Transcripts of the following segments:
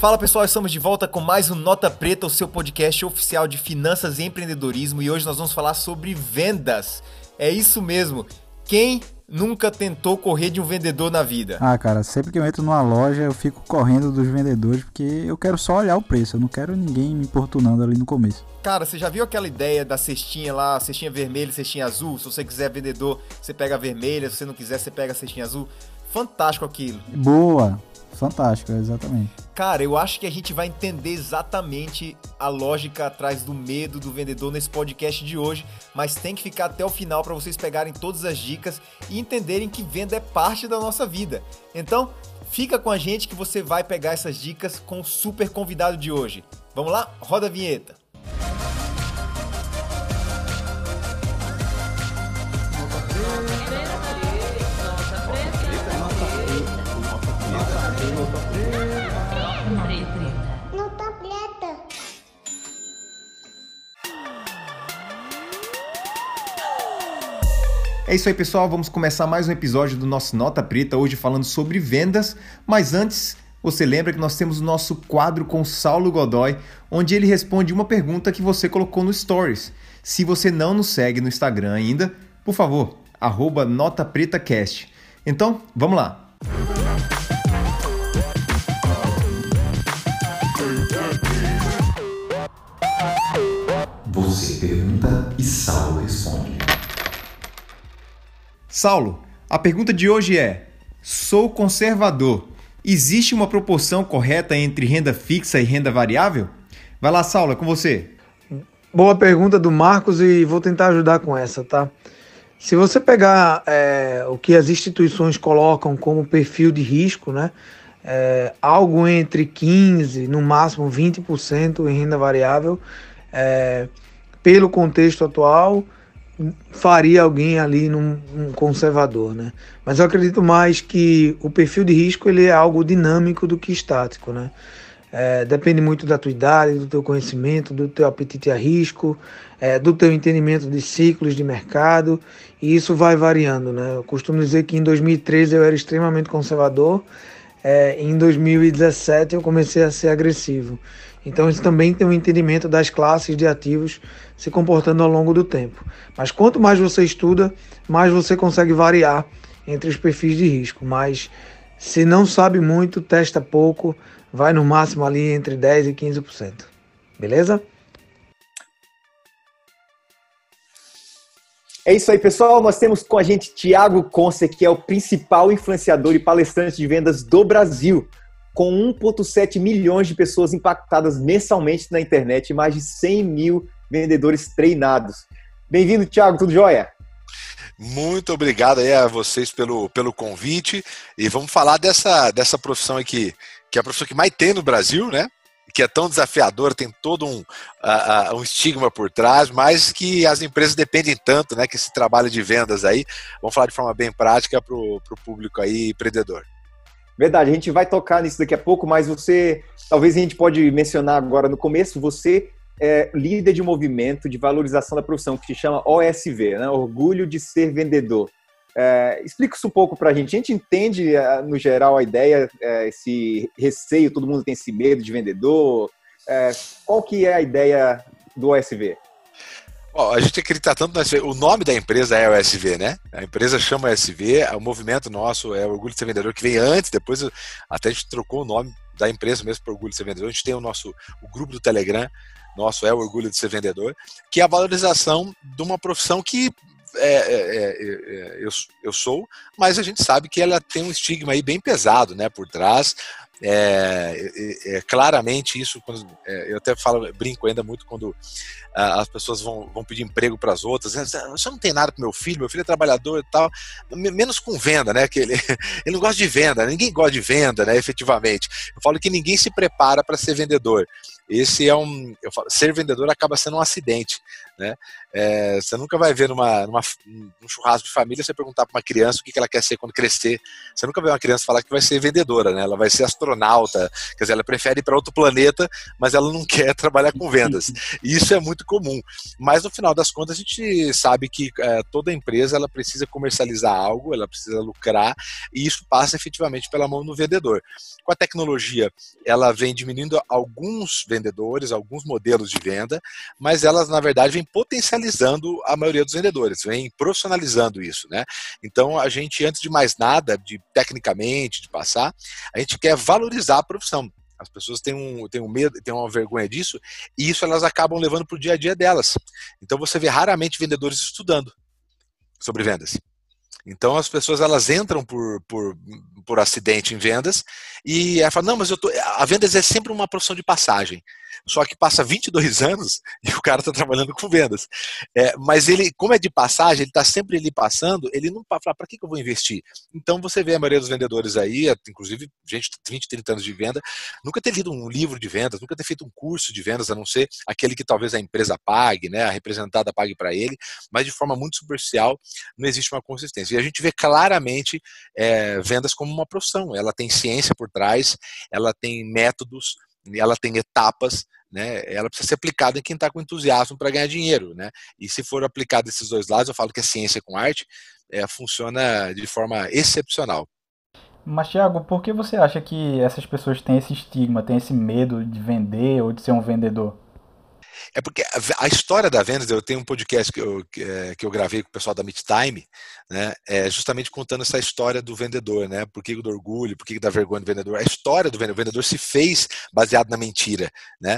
Fala pessoal, estamos de volta com mais um Nota Preta, o seu podcast oficial de finanças e empreendedorismo, e hoje nós vamos falar sobre vendas. É isso mesmo. Quem nunca tentou correr de um vendedor na vida? Cara, sempre que eu entro numa loja eu fico correndo dos vendedores porque eu quero só olhar o preço, eu não quero ninguém me importunando ali no começo. Cara, você já viu aquela ideia da cestinha lá, cestinha vermelha e cestinha azul? Se você quiser vendedor, você pega a vermelha, se você não quiser, você pega a cestinha azul. Fantástico aquilo. Boa, fantástico, exatamente. Cara, eu acho que a gente vai entender exatamente a lógica atrás do medo do vendedor nesse podcast de hoje, mas tem que ficar até o final para vocês pegarem todas as dicas e entenderem que venda é parte da nossa vida. Então, fica com a gente que você vai pegar essas dicas com o super convidado de hoje. Vamos lá? Roda a vinheta. É isso aí, pessoal, vamos começar mais um episódio do nosso Nota Preta, hoje falando sobre vendas, mas antes, você lembra que nós temos o nosso quadro com o Saulo Godoy, onde ele responde uma pergunta que você colocou no Stories. Se você não nos segue no Instagram ainda, por favor, @NotaPretaCast. Então, vamos lá! Você pergunta e Saulo responde. Saulo, a pergunta de hoje é: sou conservador. Existe uma proporção correta entre renda fixa e renda variável? Vai lá, Saulo, é com você. Boa pergunta do Marcos e vou tentar ajudar com essa, tá? Se você pegar o que as instituições colocam como perfil de risco, né? Algo entre 15%, no máximo 20% em renda variável, pelo contexto atual, faria alguém ali num conservador, né? Mas eu acredito mais que o perfil de risco ele é algo dinâmico do que estático, né? Depende muito da tua idade, do teu conhecimento, do teu apetite a risco, do teu entendimento de ciclos de mercado, e isso vai variando, né? Eu costumo dizer que em 2013 eu era extremamente conservador, em 2017 eu comecei a ser agressivo. Então isso também tem um entendimento das classes de ativos se comportando ao longo do tempo. Mas quanto mais você estuda, mais você consegue variar entre os perfis de risco. Mas se não sabe muito, testa pouco, vai no máximo ali entre 10% e 15%. Beleza? É isso aí, pessoal. Nós temos com a gente Thiago Conce, que é o principal influenciador e palestrante de vendas do Brasil, com 1,7 milhões de pessoas impactadas mensalmente na internet e mais de 100 mil vendedores treinados. Bem-vindo, Thiago, tudo jóia? Muito obrigado aí a vocês pelo convite, e vamos falar dessa profissão aqui, que é a profissão que mais tem no Brasil, né? Que é tão desafiadora, tem todo um estigma por trás, mas que as empresas dependem tanto, né? Que esse trabalho de vendas aí, vamos falar de forma bem prática para o público aí empreendedor. Verdade, a gente vai tocar nisso daqui a pouco, mas talvez a gente pode mencionar agora no começo, você é líder de um movimento de valorização da profissão que se chama OSV, né? Orgulho de Ser Vendedor. Explica isso um pouco pra gente. A gente entende, no geral, a ideia, esse receio, todo mundo tem esse medo de vendedor. Qual que é a ideia do OSV? A gente acredita tanto no OSV. O nome da empresa é OSV, né? A empresa chama OSV, o movimento nosso é Orgulho de Ser Vendedor, que vem antes, depois até a gente trocou o nome da empresa mesmo para Orgulho de Ser Vendedor. A gente tem o grupo do Telegram, nosso é o Orgulho de Ser Vendedor, que é a valorização de uma profissão que eu sou, mas a gente sabe que ela tem um estigma aí bem pesado, né, por trás. Claramente isso, eu até brinco ainda muito quando as pessoas vão pedir emprego para as outras. Você não tem nada com meu filho é trabalhador e tal, menos com venda, né? Que ele não gosta de venda, ninguém gosta de venda, né? Efetivamente, eu falo que ninguém se prepara para ser vendedor. esse é ser vendedor acaba sendo um acidente, né? Você nunca vai ver num churrasco de família, você perguntar para uma criança o que ela quer ser quando crescer. Você nunca vê uma criança falar que vai ser vendedora, né? Ela vai ser astronauta, quer dizer, ela prefere ir para outro planeta, mas ela não quer trabalhar com vendas. E isso é muito comum. Mas no final das contas a gente sabe que toda empresa ela precisa comercializar algo, ela precisa lucrar, e isso passa efetivamente pela mão do vendedor. Com a tecnologia, ela vem diminuindo alguns vendedores, alguns modelos de venda, mas elas na verdade vem potencializando a maioria dos vendedores, vem profissionalizando isso, né? Então a gente, antes de mais nada, tecnicamente, de passar, a gente quer valorizar a profissão. As pessoas têm um medo, têm uma vergonha disso, e isso elas acabam levando para o dia a dia delas. Então você vê raramente vendedores estudando sobre vendas. Então as pessoas elas entram por acidente em vendas e ela fala, não, mas a vendas é sempre uma profissão de passagem. Só que passa 22 anos e o cara está trabalhando com vendas. Mas ele, como é de passagem, ele está sempre ali passando, ele não fala, para que eu vou investir? Então você vê a maioria dos vendedores aí, inclusive gente de 20, 30 anos de venda, nunca ter lido um livro de vendas, nunca ter feito um curso de vendas, a não ser aquele que talvez a empresa pague, né, a representada pague para ele, mas de forma muito superficial, não existe uma consistência. E a gente vê claramente vendas como uma profissão. Ela tem ciência por trás, ela tem métodos, ela tem etapas, né? Ela precisa ser aplicada em quem está com entusiasmo para ganhar dinheiro, né? E se for aplicado esses dois lados, eu falo que a ciência com arte funciona de forma excepcional. Mas, Thiago, por que você acha que essas pessoas têm esse estigma, têm esse medo de vender ou de ser um vendedor? É porque a história da vendas, eu tenho um podcast que eu gravei com o pessoal da Meet Time, né, justamente contando essa história do vendedor, né, por que do orgulho, por que da vergonha do vendedor. A história do vendedor, o vendedor se fez baseado na mentira, né,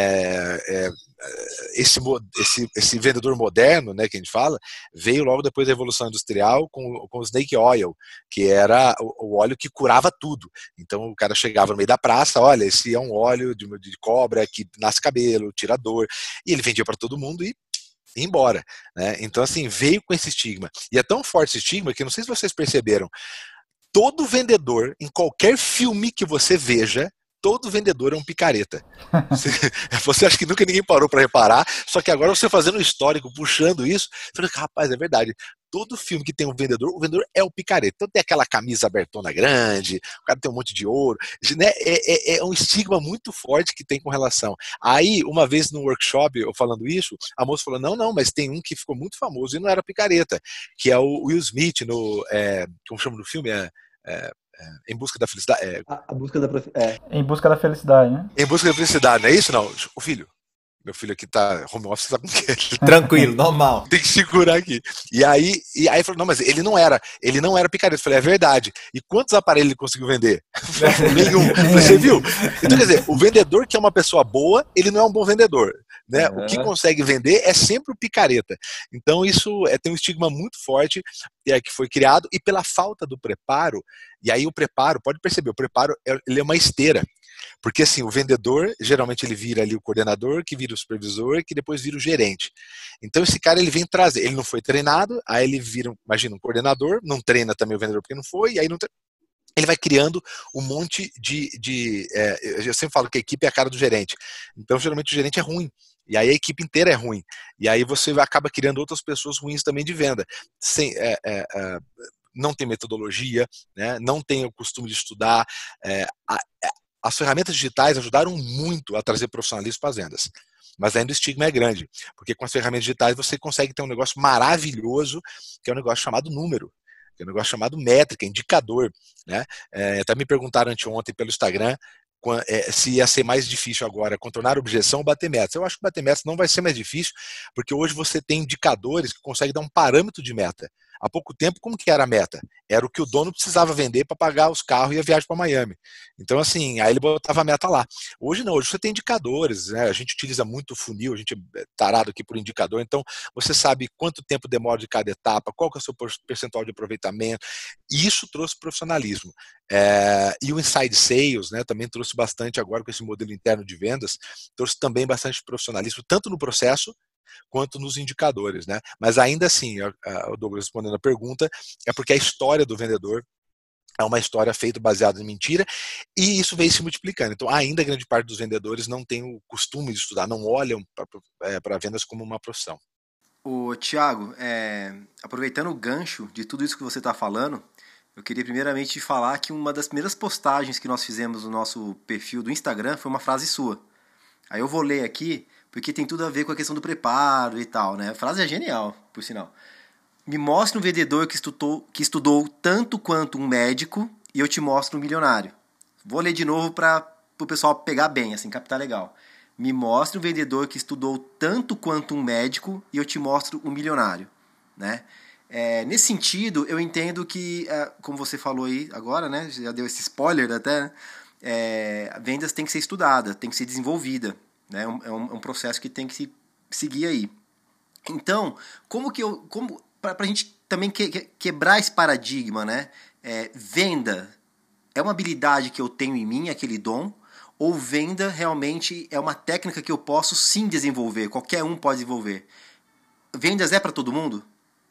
esse vendedor moderno, né, que a gente fala, veio logo depois da Revolução Industrial com o Snake Oil, que era o óleo que curava tudo. Então o cara chegava no meio da praça, olha, esse é um óleo de cobra que nasce cabelo, tira dor, e ele vendia para todo mundo e ia embora, né? Então assim, veio com esse estigma. E é tão forte esse estigma que não sei se vocês perceberam, todo vendedor, em qualquer filme que você veja, todo vendedor é um picareta. Você acha que nunca ninguém parou para reparar, só que agora você fazendo um histórico, puxando isso, você fala, rapaz, é verdade. Todo filme que tem um vendedor, o vendedor é o picareta. Então tem aquela camisa abertona grande, o cara tem um monte de ouro, né? É um estigma muito forte que tem com relação. Aí, uma vez no workshop, eu falando isso, a moça falou, não, mas tem um que ficou muito famoso e não era picareta, que é o Will Smith, como chama no filme? Em busca da felicidade. Em busca da felicidade, né? Em busca da felicidade, não é isso? Não, o filho. Meu filho aqui tá home office, tá com ele. Tranquilo, normal. Tem que segurar aqui. E aí falou, não, mas ele não era picareta. Eu falei, é verdade. E quantos aparelhos ele conseguiu vender? Nenhum. Você viu? Então, quer dizer, o vendedor que é uma pessoa boa, ele não é um bom vendedor. Né? O que consegue vender é sempre o picareta. Então isso tem um estigma muito forte que foi criado, e pela falta do preparo, e aí o preparo, pode perceber, o preparo ele é uma esteira. Porque assim, o vendedor, geralmente ele vira ali o coordenador, que vira o supervisor, que depois vira o gerente. Então esse cara ele vem trazer, ele não foi treinado, aí ele vira, imagina, um coordenador, não treina também o vendedor porque não foi, e aí não ele vai criando um monte eu sempre falo que a equipe é a cara do gerente. Então geralmente o gerente é ruim. E aí a equipe inteira é ruim. E aí você acaba criando outras pessoas ruins também de venda. Não tem metodologia, né? Não tem o costume de estudar. As ferramentas digitais ajudaram muito a trazer profissionalismo para as vendas. Mas ainda o estigma é grande. Porque com as ferramentas digitais você consegue ter um negócio maravilhoso, que é um negócio chamado número. Que é um negócio chamado métrica, indicador. Né? Até me perguntaram anteontem pelo Instagram se ia ser mais difícil agora contornar a objeção ou bater metas. Eu acho que bater metas não vai ser mais difícil, porque hoje você tem indicadores que conseguem dar um parâmetro de meta. Há pouco tempo, como que era a meta? Era o que o dono precisava vender para pagar os carros e a viagem para Miami. Então, assim, aí ele botava a meta lá. Hoje não, hoje você tem indicadores, né? A gente utiliza muito funil, a gente é tarado aqui por indicador, então você sabe quanto tempo demora de cada etapa, qual que é o seu percentual de aproveitamento, e isso trouxe profissionalismo. E o Inside Sales, né, também trouxe bastante agora com esse modelo interno de vendas, trouxe também bastante profissionalismo, tanto no processo, quanto nos indicadores, né? Mas ainda assim, o Douglas respondendo a pergunta, é porque a história do vendedor é uma história feita baseada em mentira, e isso vem se multiplicando. Então, ainda grande parte dos vendedores não tem o costume de estudar, não olham para vendas como uma profissão. Ô, Thiago, aproveitando o gancho de tudo isso que você está falando, eu queria primeiramente te falar que uma das primeiras postagens que nós fizemos no nosso perfil do Instagram foi uma frase sua. Aí eu vou ler aqui, porque tem tudo a ver com a questão do preparo e tal, né? A frase é genial, por sinal. Me mostre um vendedor que estudou tanto quanto um médico e eu te mostro um milionário. Vou ler de novo para o pessoal pegar bem, assim, captar legal. Me mostre um vendedor que estudou tanto quanto um médico e eu te mostro um milionário, né? Nesse sentido, eu entendo que, como você falou aí agora, né? Já deu esse spoiler até, né? Vendas tem que ser estudada, tem que ser desenvolvida, né? É um processo que tem que se seguir aí. Então, para a gente também quebrar esse paradigma, né? Venda é uma habilidade que eu tenho em mim, aquele dom, ou venda realmente é uma técnica que eu posso sim desenvolver, qualquer um pode desenvolver. Vendas é para todo mundo?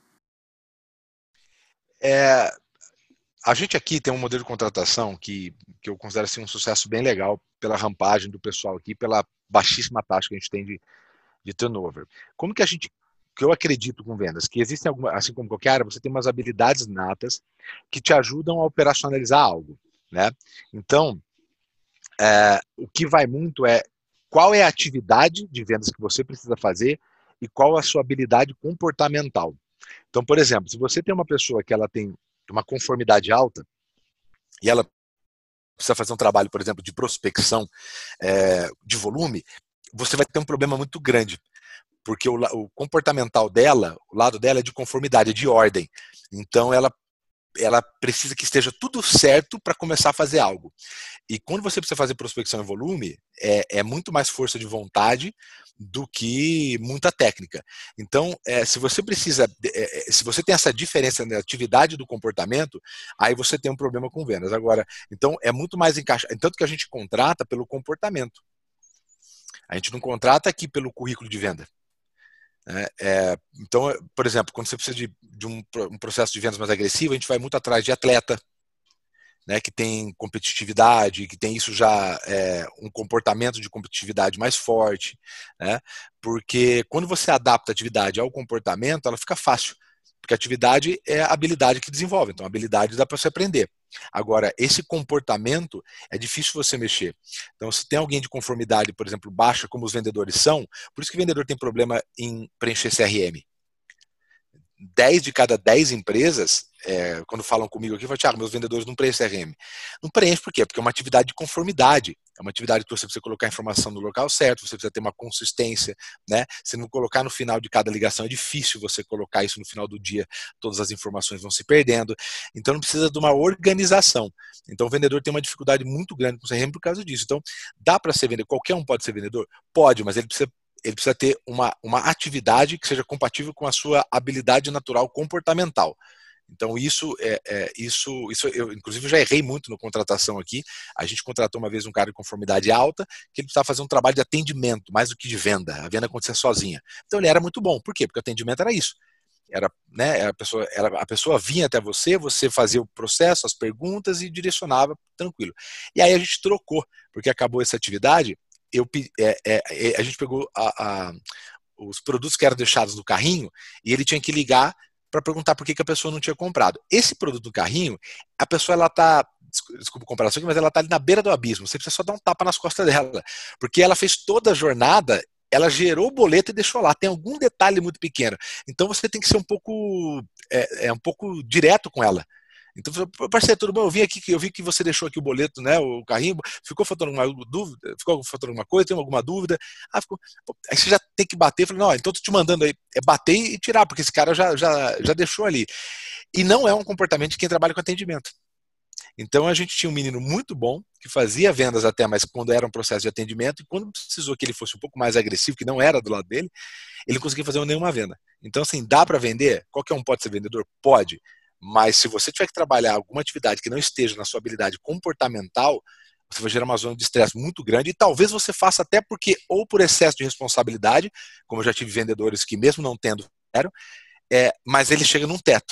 A gente aqui tem um modelo de contratação que eu considero assim, um sucesso bem legal pela rampagem do pessoal aqui, pela baixíssima taxa que a gente tem de turnover. Como que eu acredito com vendas? Que existem assim como qualquer área, você tem umas habilidades natas que te ajudam a operacionalizar algo, né? Então, o que vai muito qual é a atividade de vendas que você precisa fazer e qual a sua habilidade comportamental. Então, por exemplo, se você tem uma pessoa que ela tem uma conformidade alta e ela precisa fazer um trabalho, por exemplo, de prospecção de volume, você vai ter um problema muito grande, porque o comportamental dela, o lado dela é de conformidade, é de ordem. Então, ela precisa que esteja tudo certo para começar a fazer algo. E quando você precisa fazer prospecção em volume, é muito mais força de vontade do que muita técnica. Então, se você tem essa diferença na atividade do comportamento, aí você tem um problema com vendas. Agora, então é muito mais encaixado. Tanto que a gente contrata pelo comportamento. A gente não contrata aqui pelo currículo de venda. Então, por exemplo, quando você precisa de um processo de vendas mais agressivo, a gente vai muito atrás de atleta, né, que tem competitividade, que tem isso já um comportamento de competitividade mais forte, né, porque quando você adapta a atividade ao comportamento, ela fica fácil, porque a atividade é a habilidade que desenvolve, então a habilidade dá para você aprender. Agora, esse comportamento é difícil você mexer. Então, se tem alguém de conformidade, por exemplo, baixa, como os vendedores são, por isso que o vendedor tem problema em preencher CRM. 10 de cada 10 empresas, quando falam comigo aqui, falam, Thiago, meus vendedores não preenchem CRM. Não preenche por quê? Porque é uma atividade de conformidade. É uma atividade que você precisa colocar a informação no local certo, você precisa ter uma consistência, né? Se não colocar no final de cada ligação, é difícil você colocar isso no final do dia, todas as informações vão se perdendo. Então, não precisa de uma organização. Então, o vendedor tem uma dificuldade muito grande com o CRM por causa disso. Então, dá para ser vendedor? Qualquer um pode ser vendedor? Pode, mas ele precisa ter uma atividade que seja compatível com a sua habilidade natural comportamental. Então, isso eu, inclusive, já errei muito na contratação aqui. A gente contratou uma vez um cara de conformidade alta, que ele precisava fazer um trabalho de atendimento, mais do que de venda. A venda acontecia sozinha. Então, ele era muito bom. Por quê? Porque o atendimento era isso. Né, a pessoa vinha até você fazia o processo, as perguntas e direcionava tranquilo. E aí a gente trocou, porque acabou essa atividade. A gente pegou os produtos que eram deixados no carrinho e ele tinha que ligar para perguntar por que a pessoa não tinha comprado. Esse produto do carrinho, a pessoa, ela tá, desculpa a comparação aqui, mas ela tá ali na beira do abismo. Você precisa só dar um tapa nas costas dela, porque ela fez toda a jornada, ela gerou o boleto e deixou lá. Tem algum detalhe muito pequeno. Então você tem que ser um pouco direto com ela. Então, parceiro, tudo bom? Eu vi que você deixou aqui o boleto, né? O carrinho, ficou faltando alguma dúvida? Ficou faltando alguma coisa? Tem alguma dúvida? Aí você já tem que bater. Falei, não, então tô te mandando aí, bater e tirar, porque esse cara já deixou ali. E não é um comportamento de quem trabalha com atendimento. Então a gente tinha um menino muito bom, que fazia vendas até, mas quando era um processo de atendimento, e quando precisou que ele fosse um pouco mais agressivo, que não era do lado dele, ele não conseguia fazer nenhuma venda. Então, assim, dá para vender? Qualquer um pode ser vendedor? Pode. Mas se você tiver que trabalhar alguma atividade que não esteja na sua habilidade comportamental, você vai gerar uma zona de estresse muito grande e talvez você faça até porque, ou por excesso de responsabilidade, como eu já tive vendedores que mesmo não tendo, mas ele chega num teto.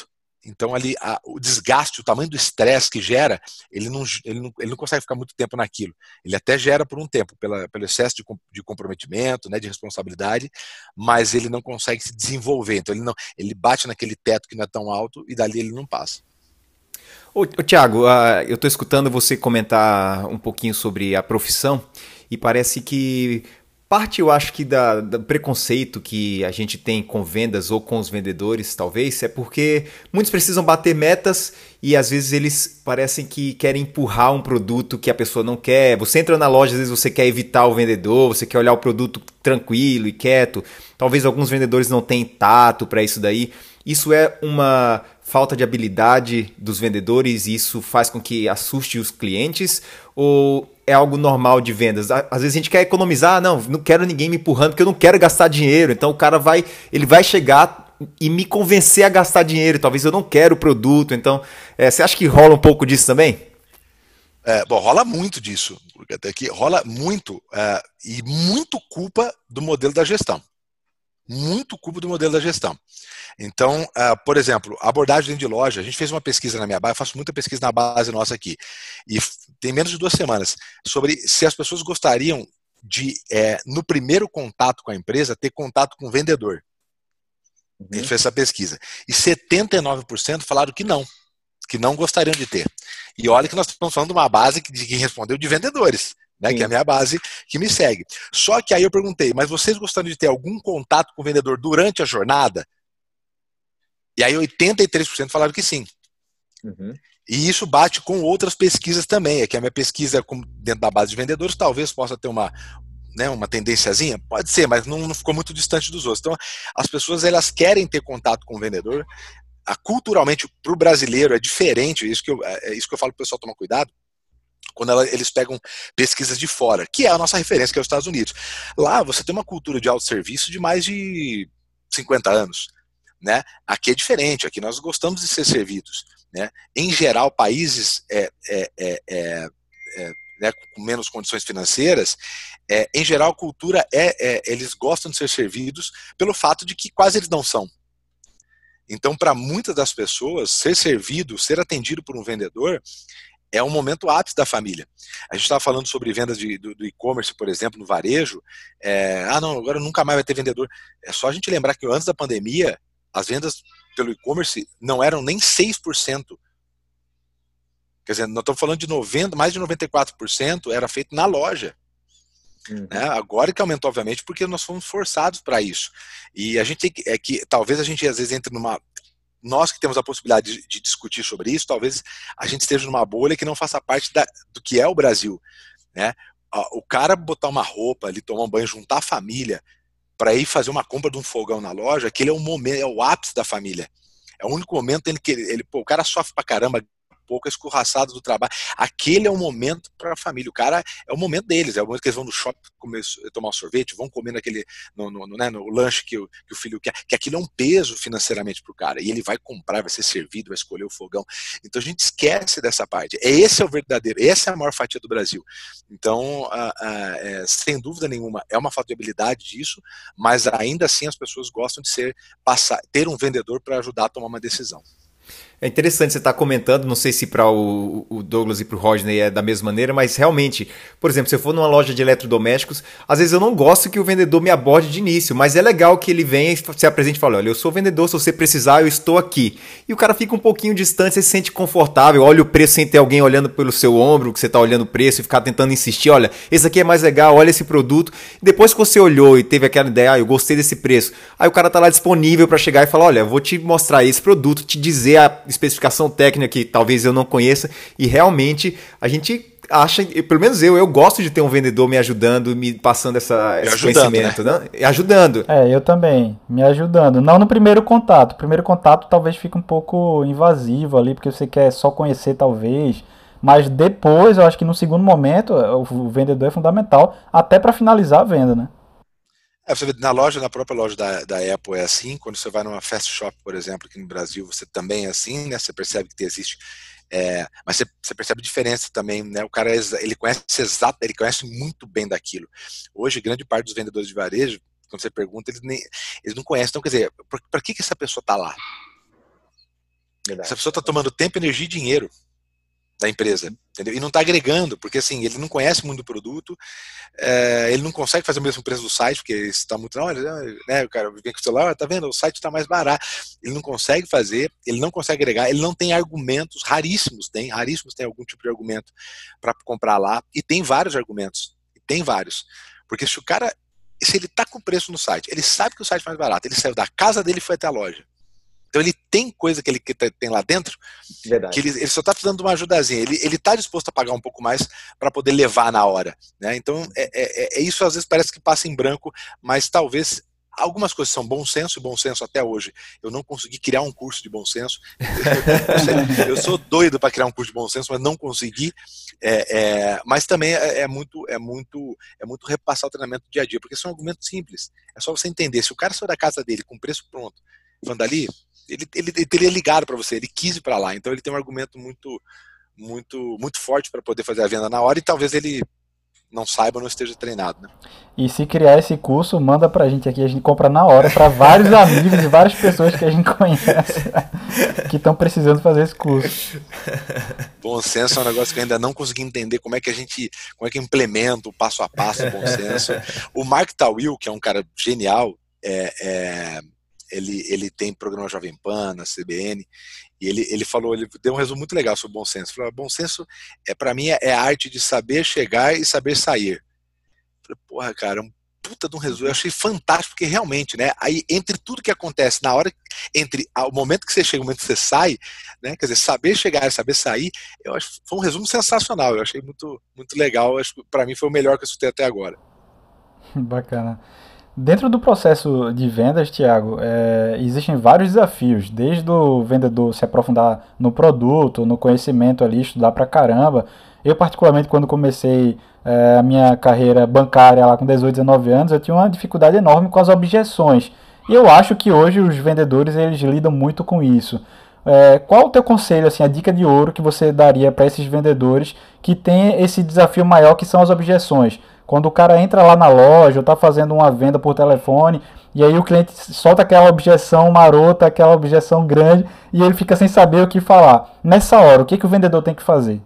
Então ali o desgaste, o tamanho do estresse que gera, ele não consegue ficar muito tempo naquilo. Ele até gera por um tempo, pelo excesso de comprometimento, né, de responsabilidade, mas ele não consegue se desenvolver. Então ele bate naquele teto que não é tão alto e dali ele não passa. Ô, Thiago, eu estou escutando você comentar um pouquinho sobre a profissão e parece que parte, eu acho que do preconceito que a gente tem com vendas ou com os vendedores, talvez, é porque muitos precisam bater metas e às vezes eles parecem que querem empurrar um produto que a pessoa não quer. Você entra na loja, às vezes você quer evitar o vendedor, você quer olhar o produto tranquilo e quieto. Talvez alguns vendedores não tenham tato para isso daí. Isso é uma falta de habilidade dos vendedores e isso faz com que assuste os clientes? Ou é algo normal de vendas? Às vezes a gente quer economizar, não quero ninguém me empurrando porque eu não quero gastar dinheiro. Então o cara vai chegar e me convencer a gastar dinheiro. Talvez eu não quero o produto. Então, você acha que rola um pouco disso também? Bom, rola muito disso. Até que rola muito e muito culpa do modelo da gestão. Muito culpa do modelo da gestão. Então, por exemplo, a abordagem dentro de loja, a gente fez uma pesquisa na minha base, eu faço muita pesquisa na base nossa aqui, e tem menos de 2 semanas, sobre se as pessoas gostariam de, no primeiro contato com a empresa, ter contato com o vendedor. A gente fez essa pesquisa. E 79% falaram que não gostariam de ter. E olha que nós estamos falando de uma base que respondeu de vendedores. Né, que é a minha base que me segue. Só que aí eu perguntei, mas vocês gostariam de ter algum contato com o vendedor durante a jornada? E aí 83% falaram que sim. E isso bate com outras pesquisas também. É que a minha pesquisa dentro da base de vendedores talvez possa ter uma tendênciazinha, pode ser, mas não ficou muito distante dos outros. Então as pessoas elas querem ter contato com o vendedor. Culturalmente para o brasileiro é diferente, é isso que eu falo para o pessoal tomar cuidado. Quando eles pegam pesquisas de fora, que é a nossa referência, que é os Estados Unidos. Lá você tem uma cultura de autosserviço de mais de 50 anos. Né? Aqui é diferente, aqui nós gostamos de ser servidos. Né? Em geral, países né, com menos condições financeiras, em geral a cultura eles gostam de ser servidos pelo fato de que quase eles não são. Então, para muitas das pessoas, ser servido, ser atendido por um vendedor é um momento ápice da família. A gente estava falando sobre vendas do e-commerce, por exemplo, no varejo. Não, agora nunca mais vai ter vendedor. É só a gente lembrar que antes da pandemia, as vendas pelo e-commerce não eram nem 6%. Quer dizer, nós estamos falando de mais de 94% era feito na loja. Né? Agora que aumentou, obviamente, porque nós fomos forçados para isso. E a gente tem que talvez a gente às vezes entre numa... Nós que temos a possibilidade de discutir sobre isso, talvez a gente esteja numa bolha que não faça parte do que é o Brasil. Né? O cara botar uma roupa ali, tomar um banho, juntar a família para ir fazer uma compra de um fogão na loja, aquele é o momento, é o ápice da família. É o único momento em que o cara sofre pra caramba, pouco é escorraçado do trabalho. Aquele é o momento para a família. O cara é o momento deles, é o momento que eles vão no shopping tomar um sorvete, vão comer no lanche que o filho quer, que aquilo é um peso financeiramente para o cara. E ele vai comprar, vai ser servido, vai escolher o fogão. Então a gente esquece dessa parte. Esse é o verdadeiro, essa é a maior fatia do Brasil. Então, sem dúvida nenhuma, é uma falta de habilidade disso, mas ainda assim as pessoas gostam de ter um vendedor para ajudar a tomar uma decisão. É interessante você estar comentando, não sei se para o Douglas e para o Rodney é da mesma maneira, mas realmente, por exemplo, se eu for numa loja de eletrodomésticos, às vezes eu não gosto que o vendedor me aborde de início, mas é legal que ele venha e se apresente e fale, olha, eu sou vendedor, se você precisar, eu estou aqui. E o cara fica um pouquinho distante, você se sente confortável, olha o preço sem ter alguém olhando pelo seu ombro, que você está olhando o preço e ficar tentando insistir, olha, esse aqui é mais legal, olha esse produto. Depois que você olhou e teve aquela ideia, eu gostei desse preço, aí o cara está lá disponível para chegar e falar, olha, eu vou te mostrar esse produto, te dizer a especificação técnica que talvez eu não conheça, e realmente a gente acha, pelo menos eu gosto de ter um vendedor me ajudando, me passando esse conhecimento, né? Ajudando. Eu também, me ajudando. Não no primeiro contato. O primeiro contato talvez fique um pouco invasivo ali, porque você quer só conhecer talvez, mas depois, eu acho que no segundo momento, o vendedor é fundamental, até para finalizar a venda, né? Você vê, na própria loja da Apple é assim, quando você vai numa fast shop, por exemplo, aqui no Brasil, você também é assim, né? Você percebe que existe, mas você percebe a diferença também, né? O cara, ele conhece muito bem daquilo. Hoje, grande parte dos vendedores de varejo, quando você pergunta, eles não conhecem. Então, quer dizer, para que essa pessoa está lá? Verdade. Essa pessoa está tomando tempo, energia e dinheiro da empresa, entendeu? E não está agregando, porque assim, ele não conhece muito do produto, ele não consegue fazer o mesmo preço do site, porque está muito, olha, né, o cara vem com o celular, tá vendo, o site está mais barato, ele não consegue fazer, ele não consegue agregar, ele não tem argumentos, raríssimos tem algum tipo de argumento para comprar lá, e tem vários argumentos, porque se ele está com o preço no site, ele sabe que o site é mais barato, ele saiu da casa dele e foi até a loja. Então ele tem coisa que ele tem lá dentro, Verdade. que ele só está precisando de uma ajudazinha. Ele está disposto a pagar um pouco mais para poder levar na hora, né? Então isso às vezes parece que passa em branco, mas talvez algumas coisas são bom senso, e bom senso até hoje eu não consegui criar um curso de bom senso. Eu sou doido para criar um curso de bom senso, mas não consegui. Mas também é muito repassar o treinamento do dia a dia, porque são argumentos simples. É só você entender, se o cara saiu da casa dele com preço pronto, falando ali, ele teria ligado para você, ele quis ir para lá, então ele tem um argumento muito forte para poder fazer a venda na hora, e talvez ele não saiba ou não esteja treinado, né? E se criar esse curso, manda pra gente aqui, a gente compra na hora para vários amigos e várias pessoas que a gente conhece que estão precisando fazer esse curso. Bom senso é um negócio que eu ainda não consegui entender como é que implementa o passo a passo do bom senso. O Mark Tawil, que é um cara genial, ele tem programa Jovem Pan, na CBN, e ele deu um resumo muito legal sobre bom senso. Ele falou, bom senso, para mim, é a arte de saber chegar e saber sair. Eu falei, porra, cara, um puta de um resumo. Eu achei fantástico, porque realmente, né, aí entre tudo que acontece na hora, entre o momento que você chega e o momento que você sai, né, quer dizer, saber chegar e saber sair, eu acho que foi um resumo sensacional. Eu achei muito, muito legal. Acho que para mim foi o melhor que eu escutei até agora. Bacana. Dentro do processo de vendas, Thiago, existem vários desafios, desde o vendedor se aprofundar no produto, no conhecimento ali, estudar pra caramba. Eu, particularmente, quando comecei a minha carreira bancária lá com 18, 19 anos, eu tinha uma dificuldade enorme com as objeções. E eu acho que hoje os vendedores eles lidam muito com isso. Qual o teu conselho, assim, a dica de ouro que você daria para esses vendedores que têm esse desafio maior que são as objeções? Quando o cara entra lá na loja ou está fazendo uma venda por telefone e aí o cliente solta aquela objeção marota, aquela objeção grande e ele fica sem saber o que falar. Nessa hora, o que o vendedor tem que fazer?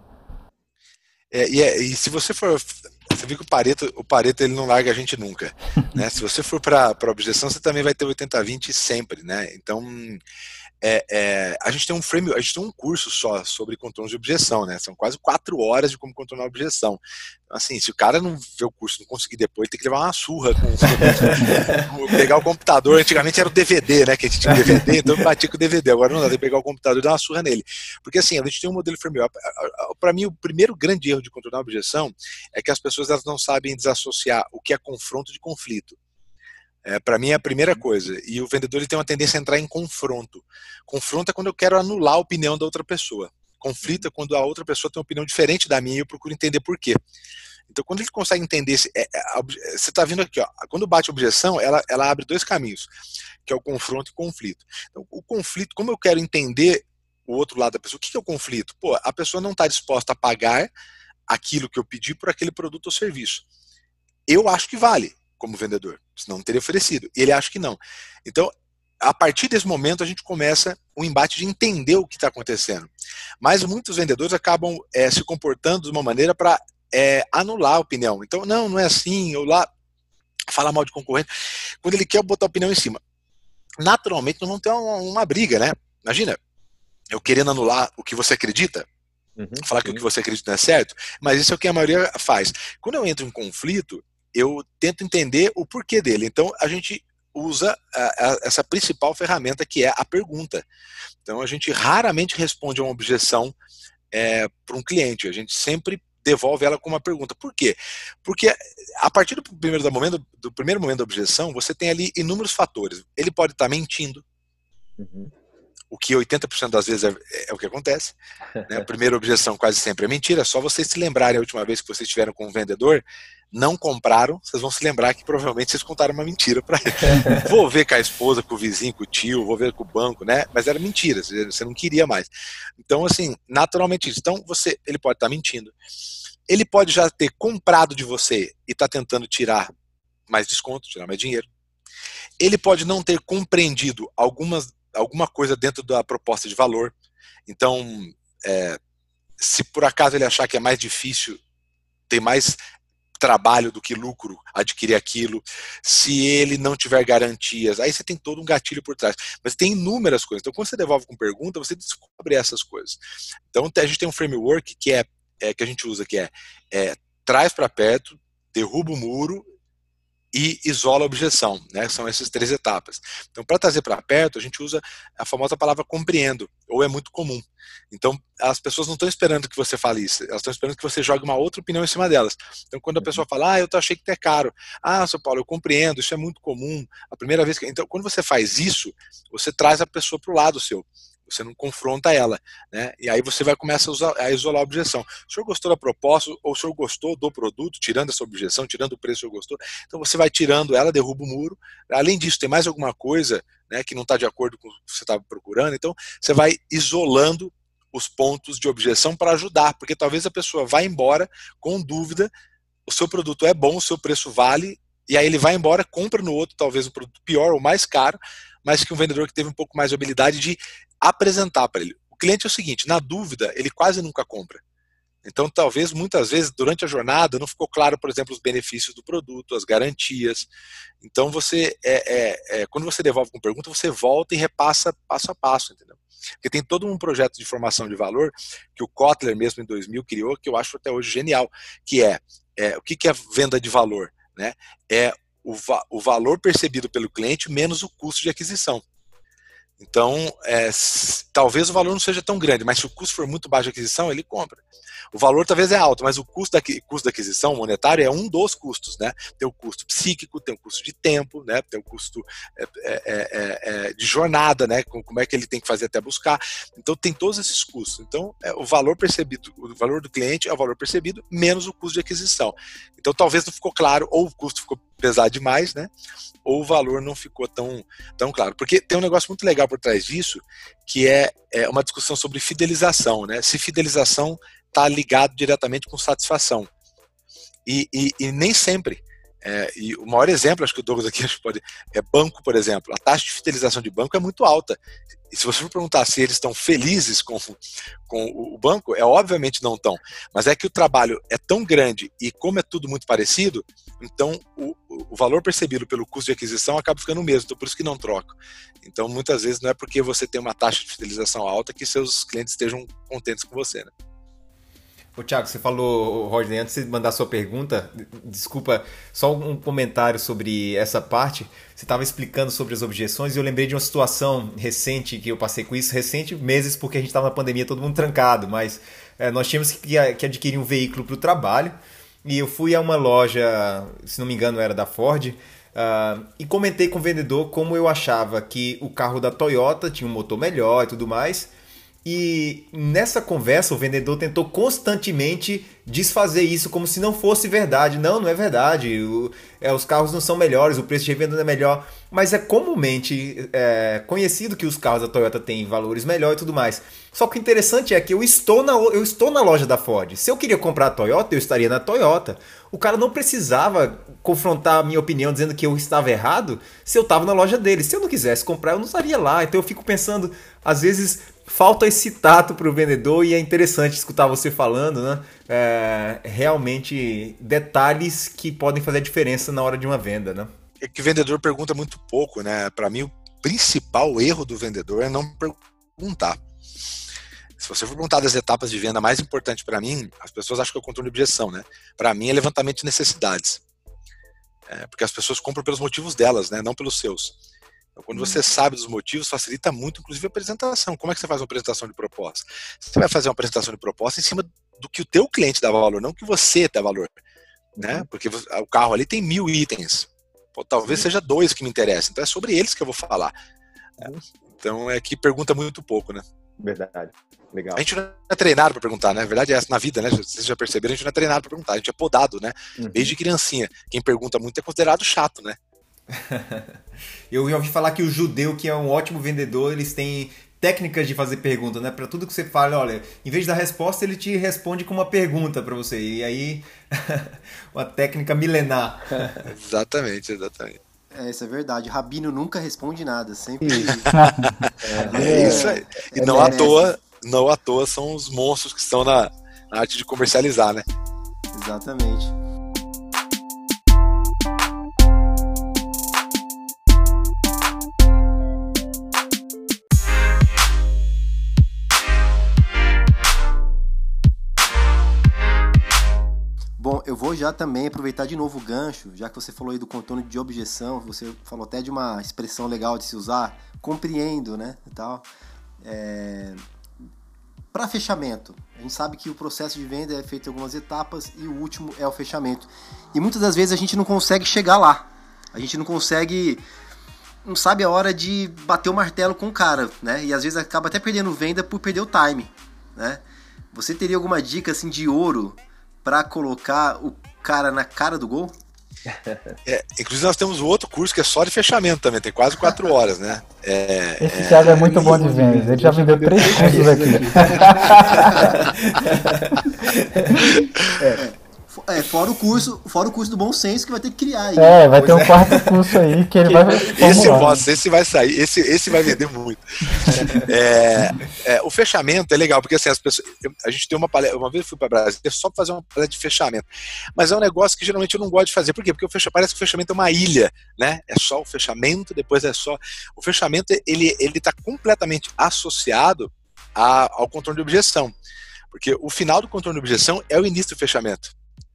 E se você for... Você viu que o Pareto ele não larga a gente nunca, né? Se você for para objeção, você também vai ter 80-20 sempre, né? Então... a gente tem um curso só sobre contornos de objeção, né? São quase 4 horas de como contornar a objeção. Então, assim, se o cara não vê o curso, não conseguir depois, tem que levar uma surra pegar o computador. Antigamente era o DVD, né? Que a gente tinha o DVD, então eu batia com o DVD. Agora não dá, tem que pegar o computador e dar uma surra nele. Porque assim, a gente tem um modelo framework. Para mim, o primeiro grande erro de contornar a objeção é que as pessoas elas não sabem desassociar o que é confronto de conflito. Para mim é a primeira coisa. E o vendedor ele tem uma tendência a entrar em confronto. Confronto é quando eu quero anular a opinião da outra pessoa. Conflito é quando a outra pessoa tem uma opinião diferente da minha e eu procuro entender por quê. Então, quando ele consegue entender... você está vendo aqui, ó, quando bate a objeção, ela abre 2 caminhos, que é o confronto e o conflito. Então, o conflito, como eu quero entender o outro lado da pessoa, o que é o conflito? Pô, a pessoa não está disposta a pagar aquilo que eu pedi por aquele produto ou serviço. Eu acho que vale, como vendedor, senão não teria oferecido. E ele acha que não. Então, a partir desse momento, a gente começa um embate de entender o que está acontecendo. Mas muitos vendedores acabam se comportando de uma maneira para anular a opinião. Então, não é assim, ou lá, falar mal de concorrente, quando ele quer botar a opinião em cima. Naturalmente, nós vamos ter uma briga, né? Imagina, eu querendo anular o que você acredita, falar que o que você acredita não é certo, mas isso é o que a maioria faz. Quando eu entro em conflito, eu tento entender o porquê dele. Então, a gente usa essa principal ferramenta, que é a pergunta. Então, a gente raramente responde a uma objeção para um cliente. A gente sempre devolve ela com uma pergunta. Por quê? Porque a partir do primeiro momento da objeção, você tem ali inúmeros fatores. Ele pode estar mentindo, o que 80% das vezes é o que acontece. Né? A primeira objeção quase sempre é mentira. É só vocês se lembrarem a última vez que vocês estiveram com um vendedor, não compraram, vocês vão se lembrar que provavelmente vocês contaram uma mentira para ele. Vou ver com a esposa, com o vizinho, com o tio, vou ver com o banco, né? Mas era mentira, você não queria mais. Então, assim, naturalmente isso. Então, ele pode estar mentindo. Ele pode já ter comprado de você e está tentando tirar mais desconto, tirar mais dinheiro. Ele pode não ter compreendido alguma coisa dentro da proposta de valor. Então, se por acaso ele achar que é mais difícil, tem mais trabalho do que lucro adquirir aquilo, se ele não tiver garantias, aí você tem todo um gatilho por trás. Mas tem inúmeras coisas. Então, quando você devolve com pergunta, você descobre essas coisas. Então, a gente tem um framework que que a gente usa, que traz para perto, derruba o muro e isola a objeção, né? São essas 3 etapas. Então, para trazer para perto, a gente usa a famosa palavra compreendo, ou é muito comum. Então, as pessoas não estão esperando que você fale isso, elas estão esperando que você jogue uma outra opinião em cima delas. Então, quando a pessoa fala, eu achei que é caro. Seu Paulo, eu compreendo, isso é muito comum. A primeira vez que... Então, quando você faz isso, você traz a pessoa para o lado seu. Você não confronta ela, né? E aí você vai começar a isolar a objeção. O senhor gostou da proposta, ou o senhor gostou do produto, tirando essa objeção, tirando o preço, o senhor gostou. Então você vai tirando ela, derruba o muro. Além disso, tem mais alguma coisa, né, que não está de acordo com o que você estava procurando. Então você vai isolando os pontos de objeção para ajudar, porque talvez a pessoa vá embora com dúvida, o seu produto é bom, o seu preço vale, e aí ele vai embora, compra no outro, talvez um produto pior ou mais caro, mas que um vendedor que teve um pouco mais de habilidade de apresentar para ele. O cliente é o seguinte, na dúvida, ele quase nunca compra. Então, talvez, muitas vezes, durante a jornada, não ficou claro, por exemplo, os benefícios do produto, as garantias. Então, você, quando você devolve com pergunta, você volta e repassa passo a passo, entendeu? Porque tem todo um projeto de formação de valor que o Kotler mesmo em 2000 criou, que eu acho até hoje genial, que o que é venda de valor, né? É o valor percebido pelo cliente menos o custo de aquisição. Então, talvez o valor não seja tão grande, mas se o custo for muito baixo de aquisição, ele compra. O valor talvez é alto, mas o custo da aquisição monetário é um dos custos, né? Tem o custo psíquico, tem o custo de tempo, né? Tem o custo de jornada, né? Como é que ele tem que fazer até buscar. Então, tem todos esses custos. Então, o valor percebido, o valor do cliente é o valor percebido menos o custo de aquisição. Então, talvez não ficou claro, ou o custo ficou pesado demais, né? Ou o valor não ficou tão claro. Porque tem um negócio muito legal por trás disso, que é uma discussão sobre fidelização, né? Se fidelização está ligado diretamente com satisfação. E nem sempre. E o maior exemplo, acho que o Douglas aqui é banco, por exemplo. A taxa de fidelização de banco é muito alta. E se você for perguntar se eles estão felizes com o banco, obviamente não estão. Mas é que o trabalho é tão grande e como é tudo muito parecido, então o valor percebido pelo custo de aquisição acaba ficando o mesmo. Então por isso que não troca. Então muitas vezes não é porque você tem uma taxa de fidelização alta que seus clientes estejam contentes com você, né? Ô Thiago, você falou, Rodney, antes de mandar sua pergunta, desculpa, só um comentário sobre essa parte. Você estava explicando sobre as objeções e eu lembrei de uma situação recente que eu passei com isso, recente meses, porque a gente estava na pandemia, todo mundo trancado, mas nós tínhamos que adquirir um veículo para o trabalho e eu fui a uma loja, se não me engano era da Ford, e comentei com o vendedor como eu achava que o carro da Toyota tinha um motor melhor e tudo mais. E nessa conversa o vendedor tentou constantemente desfazer isso como se não fosse verdade. Não é verdade, os carros não são melhores, o preço de revenda não é melhor. Mas é comumente conhecido que os carros da Toyota têm valores melhores e tudo mais. Só que o interessante é que eu estou na loja da Ford. Se eu queria comprar a Toyota, eu estaria na Toyota. O cara não precisava confrontar a minha opinião dizendo que eu estava errado se eu estava na loja dele. Se eu não quisesse comprar, eu não estaria lá. Então eu fico pensando, às vezes falta esse tato para o vendedor e é interessante escutar você falando, né? Realmente detalhes que podem fazer a diferença na hora de uma venda, né? É que o vendedor pergunta muito pouco, né? Para mim, o principal erro do vendedor é não perguntar. Se você for perguntar das etapas de venda mais importantes para mim, as pessoas acham que é o controle de objeção, né? Para mim é levantamento de necessidades. Porque as pessoas compram pelos motivos delas, né? Não pelos seus. Então, quando você sabe dos motivos, facilita muito, inclusive, a apresentação. Como é que você faz uma apresentação de proposta? Você vai fazer uma apresentação de proposta em cima do que o teu cliente dá valor, não que você dá valor. Né? Porque o carro ali tem 1000 itens. Talvez seja 2 que me interessem. Então é sobre eles que eu vou falar. Então é que pergunta muito pouco, né? Verdade. Legal. A gente não é treinado para perguntar, né? Na verdade é essa na vida, né? Vocês já perceberam, a gente não é treinado para perguntar. A gente é podado, né? Desde criancinha. Quem pergunta muito é considerado chato, né? Eu já ouvi falar que o judeu, que é um ótimo vendedor, eles têm técnicas de fazer pergunta, né? Para tudo que você fala, olha, em vez da resposta, ele te responde com uma pergunta para você. E aí, uma técnica milenar. Exatamente. Isso é verdade. Rabino nunca responde nada, sempre. É isso aí. E não à toa, não à toa são os monstros que estão na arte de comercializar, né? Exatamente. Bom, eu vou já também aproveitar de novo o gancho, já que você falou aí do contorno de objeção, você falou até de uma expressão legal de se usar, compreendo, né, e tal. Para fechamento, a gente sabe que o processo de venda é feito em algumas etapas e o último é o fechamento. E muitas das vezes a gente não consegue chegar lá, a gente não sabe a hora de bater o martelo com o cara, né, e às vezes acaba até perdendo venda por perder o time, né. Você teria alguma dica assim de ouro para colocar o cara na cara do gol? Inclusive nós temos um outro curso que é só de fechamento também, tem quase 4 horas, né? Esse Thiago é muito bom de vendas, ele já vendeu 3 cursos aqui. Fora o curso do bom senso que vai ter que criar aí. Vai ter um quarto curso aí que ele vai formular. Esse vai sair, esse vai vender muito. O fechamento é legal, porque assim, as pessoas, a gente tem uma palestra, uma vez eu fui para Brasília só para fazer uma palestra de fechamento, mas é um negócio que geralmente eu não gosto de fazer. Por quê? Porque parece que o fechamento é uma ilha, né? É só o fechamento, depois é só... O fechamento, ele está completamente associado ao contorno de objeção, porque o final do contorno de objeção é o início do fechamento.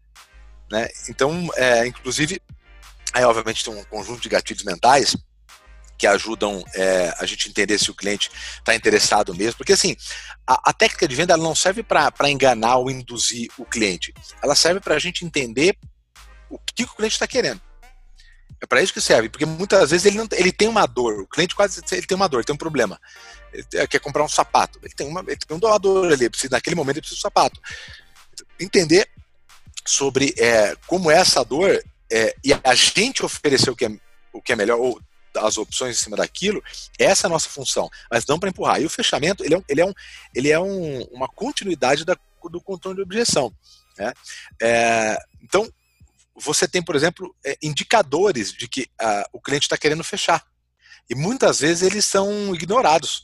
Né? Então, inclusive, aí obviamente tem um conjunto de gatilhos mentais que ajudam a gente entender se o cliente está interessado mesmo, porque assim, a técnica de venda ela não serve para enganar ou induzir o cliente, ela serve para a gente entender o que o cliente está querendo. É para isso que serve, porque muitas vezes ele tem uma dor, o cliente ele tem uma dor, ele tem um problema, ele quer comprar um sapato, ele tem uma dor ali, naquele momento ele precisa de um sapato. Entender sobre como é essa dor e a gente oferecer o que é melhor, ou as opções em cima daquilo, essa é a nossa função, mas não para empurrar. E o fechamento, ele é uma continuidade do contorno de objeção. Né? Então, você tem, por exemplo, indicadores de que o cliente está querendo fechar. E muitas vezes eles são ignorados.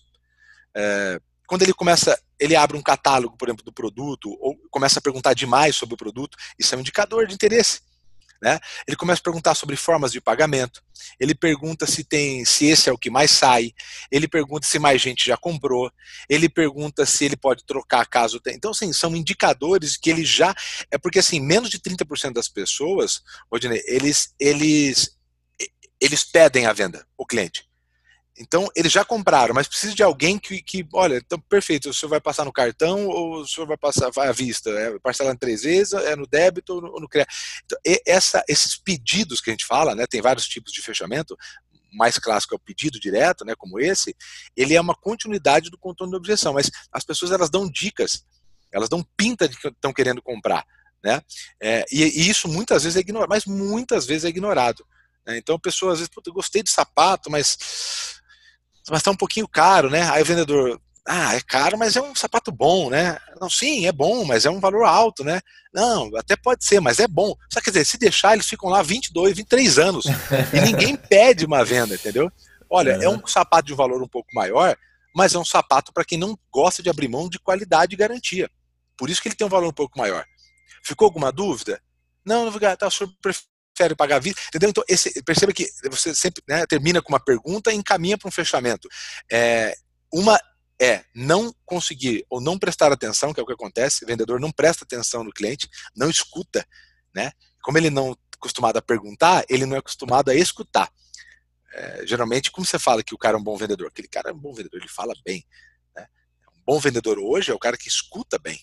Quando ele abre um catálogo, por exemplo, do produto, ou começa a perguntar demais sobre o produto, isso é um indicador de interesse. Né? Ele começa a perguntar sobre formas de pagamento, ele pergunta se esse é o que mais sai, ele pergunta se mais gente já comprou, ele pergunta se ele pode trocar caso tenha. Então, assim, são indicadores que ele já... porque, assim, menos de 30% das pessoas, Rodinei, eles pedem a venda, o cliente. Então, eles já compraram, mas precisa de alguém que olha, então, perfeito, o senhor vai passar no cartão ou o senhor vai à vista? Parcelar em 3 vezes, no débito ou no crédito? Então, esses pedidos que a gente fala, né, tem vários tipos de fechamento, o mais clássico é o pedido direto, né, como esse, ele é uma continuidade do contorno de objeção, mas as pessoas elas dão dicas, elas dão pinta de que estão querendo comprar. Né? E isso muitas vezes é ignorado, mas muitas vezes é ignorado. Né? Então a pessoa às vezes, eu gostei de sapato, mas está um pouquinho caro, né? Aí o vendedor, é caro, mas é um sapato bom, né? Não, sim, é bom, mas é um valor alto, né? Não, até pode ser, mas é bom. Só quer dizer, se deixar, eles ficam lá 22, 23 anos e ninguém pede uma venda, entendeu? Olha, é um sapato de um valor um pouco maior, mas é um sapato para quem não gosta de abrir mão de qualidade e garantia. Por isso que ele tem um valor um pouco maior. Ficou alguma dúvida? Não, tá, o senhor prefere pagar à vista, entendeu? Então, perceba que você sempre, né, termina com uma pergunta e encaminha para um fechamento. Uma não conseguir ou não prestar atenção, que é o que acontece, o vendedor não presta atenção no cliente, não escuta, né? Como ele não é acostumado a perguntar, ele não é acostumado a escutar. Geralmente, como você fala que o cara é um bom vendedor? Aquele cara é um bom vendedor, ele fala bem. Né? Um bom vendedor hoje é o cara que escuta bem.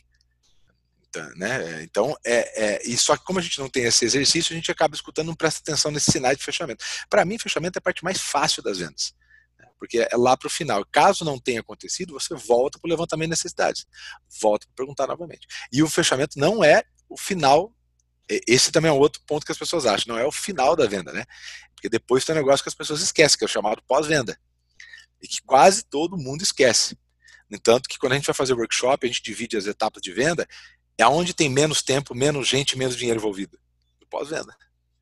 Né? Então, e só que como a gente não tem esse exercício, a gente acaba escutando, não presta atenção nesses sinais de fechamento. Para mim, fechamento é a parte mais fácil das vendas, né? Porque é lá para o final. Caso não tenha acontecido, você volta para o levantamento de necessidades, volta para perguntar novamente. E o fechamento não é o final. Esse também é um outro ponto que as pessoas acham, não é o final da venda, né? Porque depois tem um negócio que as pessoas esquecem, que é o chamado pós-venda, e que quase todo mundo esquece. No entanto, que quando a gente vai fazer workshop, a gente divide as etapas de venda. É onde tem menos tempo, menos gente, menos dinheiro envolvido. Pós-venda.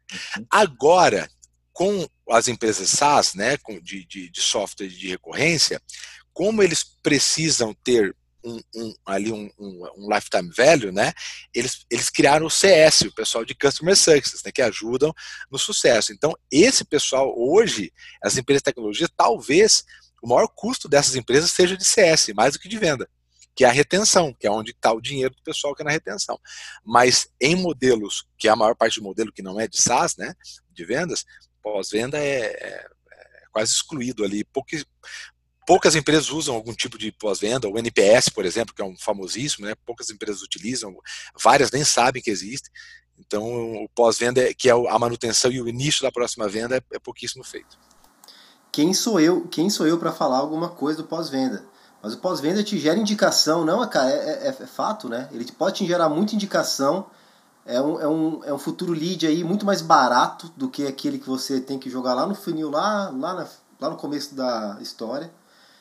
Agora, com as empresas SaaS, né, de software de recorrência, como eles precisam ter um lifetime value, né? Eles criaram o CS, o pessoal de Customer Success, né, que ajudam no sucesso. Então, esse pessoal hoje, as empresas de tecnologia, talvez o maior custo dessas empresas seja de CS, mais do que de venda, que é a retenção, que é onde está o dinheiro do pessoal que é na retenção. Mas em modelos, que é a maior parte do modelo que não é de SaaS, né, de vendas, pós-venda é quase excluído ali. Poucas empresas usam algum tipo de pós-venda, o NPS, por exemplo, que é um famosíssimo, né? Poucas empresas utilizam, várias nem sabem que existe. Então, o pós-venda, que é a manutenção e o início da próxima venda, é pouquíssimo feito. Quem sou eu para falar alguma coisa do pós-venda? Mas o pós-venda te gera indicação, não, cara, é fato, né? Ele pode te gerar muita indicação, é um futuro lead aí muito mais barato do que aquele que você tem que jogar lá no funil, lá no começo da história.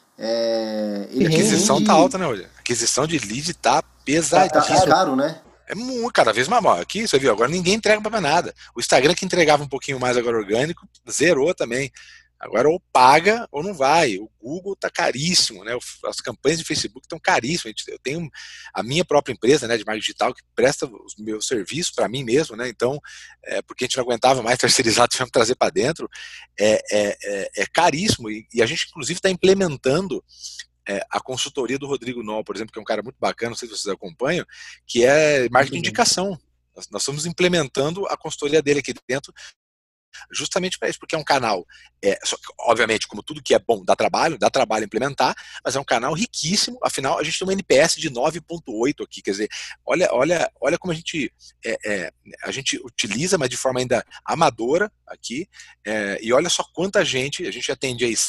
A aquisição tá alta, né, Olha? A aquisição de lead tá pesadíssima. Tá caro, né? É muito, cada vez mais. Aqui, você viu, agora ninguém entrega para nada. O Instagram, que entregava um pouquinho mais agora orgânico, zerou também. Agora ou paga ou não vai. O Google tá caríssimo, né? As campanhas de Facebook estão caríssimas. Eu tenho a minha própria empresa, né, de marketing digital, que presta os meus serviços para mim mesmo, né? Então, porque a gente não aguentava mais terceirizado, tivemos que trazer para dentro, é caríssimo. E a gente, inclusive, está implementando a consultoria do Rodrigo Noll, por exemplo, que é um cara muito bacana, não sei se vocês acompanham, que é marketing de indicação. Nós estamos implementando a consultoria dele aqui dentro, justamente para isso, porque é um canal, obviamente, como tudo que é bom, dá trabalho implementar, mas é um canal riquíssimo. Afinal, a gente tem um NPS de 9.8 aqui, quer dizer, olha como a gente utiliza, mas de forma ainda amadora aqui, e olha só quanta gente, a gente atende aí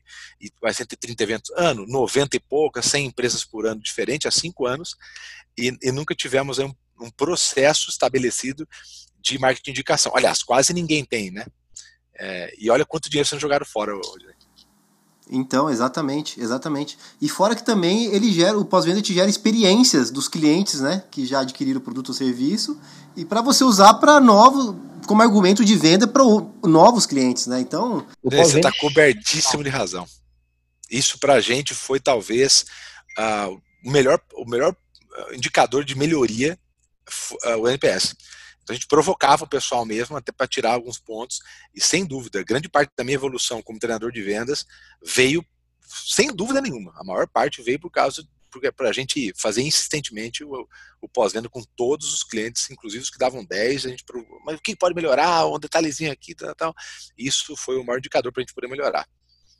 130 eventos ano, 90 e poucas, 100 empresas por ano diferente, há 5 anos, e nunca tivemos um processo estabelecido de marketing de indicação. Aliás, quase ninguém tem, né? E olha quanto dinheiro sendo jogado fora hoje. Então, exatamente. E fora que também o pós-venda te gera experiências dos clientes, né? Que já adquiriram o produto ou serviço, e para você usar para como argumento de venda para novos clientes, né? Então, você está cobertíssimo de razão. Isso para a gente foi talvez o melhor indicador de melhoria, o NPS. Então a gente provocava o pessoal mesmo, até para tirar alguns pontos, e sem dúvida, grande parte da minha evolução como treinador de vendas veio, sem dúvida nenhuma, a maior parte veio porque para a gente fazer insistentemente o pós-venda com todos os clientes, inclusive os que davam 10, a gente mas o que pode melhorar, um detalhezinho aqui, tal. Isso foi o maior indicador para a gente poder melhorar.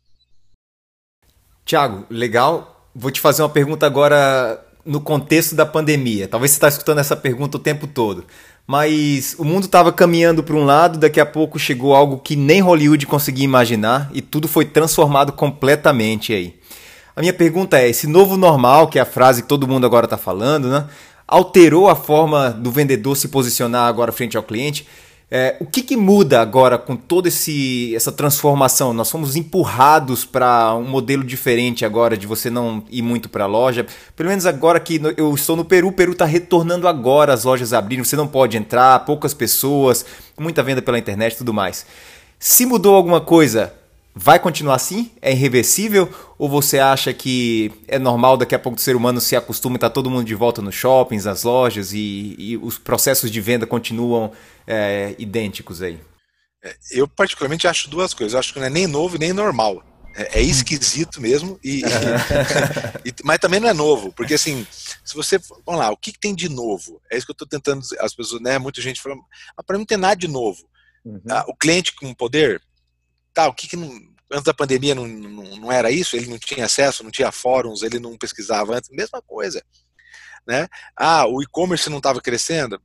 Tiago, legal. Vou te fazer uma pergunta agora no contexto da pandemia. Talvez você está escutando essa pergunta o tempo todo. Mas o mundo estava caminhando para um lado, daqui a pouco chegou algo que nem Hollywood conseguia imaginar e tudo foi transformado completamente aí. A minha pergunta é, esse novo normal, que é a frase que todo mundo agora está falando, né, alterou a forma do vendedor se posicionar agora frente ao cliente? O que muda agora com toda essa transformação? Nós fomos empurrados para um modelo diferente agora, de você não ir muito para a loja. Pelo menos agora que eu estou no Peru, o Peru está retornando agora, as lojas abrindo, você não pode entrar, poucas pessoas, muita venda pela internet e tudo mais. Se mudou alguma coisa, vai continuar assim? É irreversível? Ou você acha que é normal, daqui a pouco o ser humano se acostuma e está todo mundo de volta nos shoppings, nas lojas e os processos de venda continuam idênticos aí? Eu particularmente acho duas coisas. Eu acho que não é nem novo e nem normal. É esquisito mesmo, mas também não é novo, porque assim, se você, vamos lá, o que tem de novo? É isso que eu estou tentando dizer, as pessoas, né, muita gente fala, para mim não tem nada de novo. O cliente com poder, o que não, antes da pandemia não era isso? Ele não tinha acesso, não tinha fóruns, ele não pesquisava antes, mesma coisa, né? O e-commerce não estava crescendo,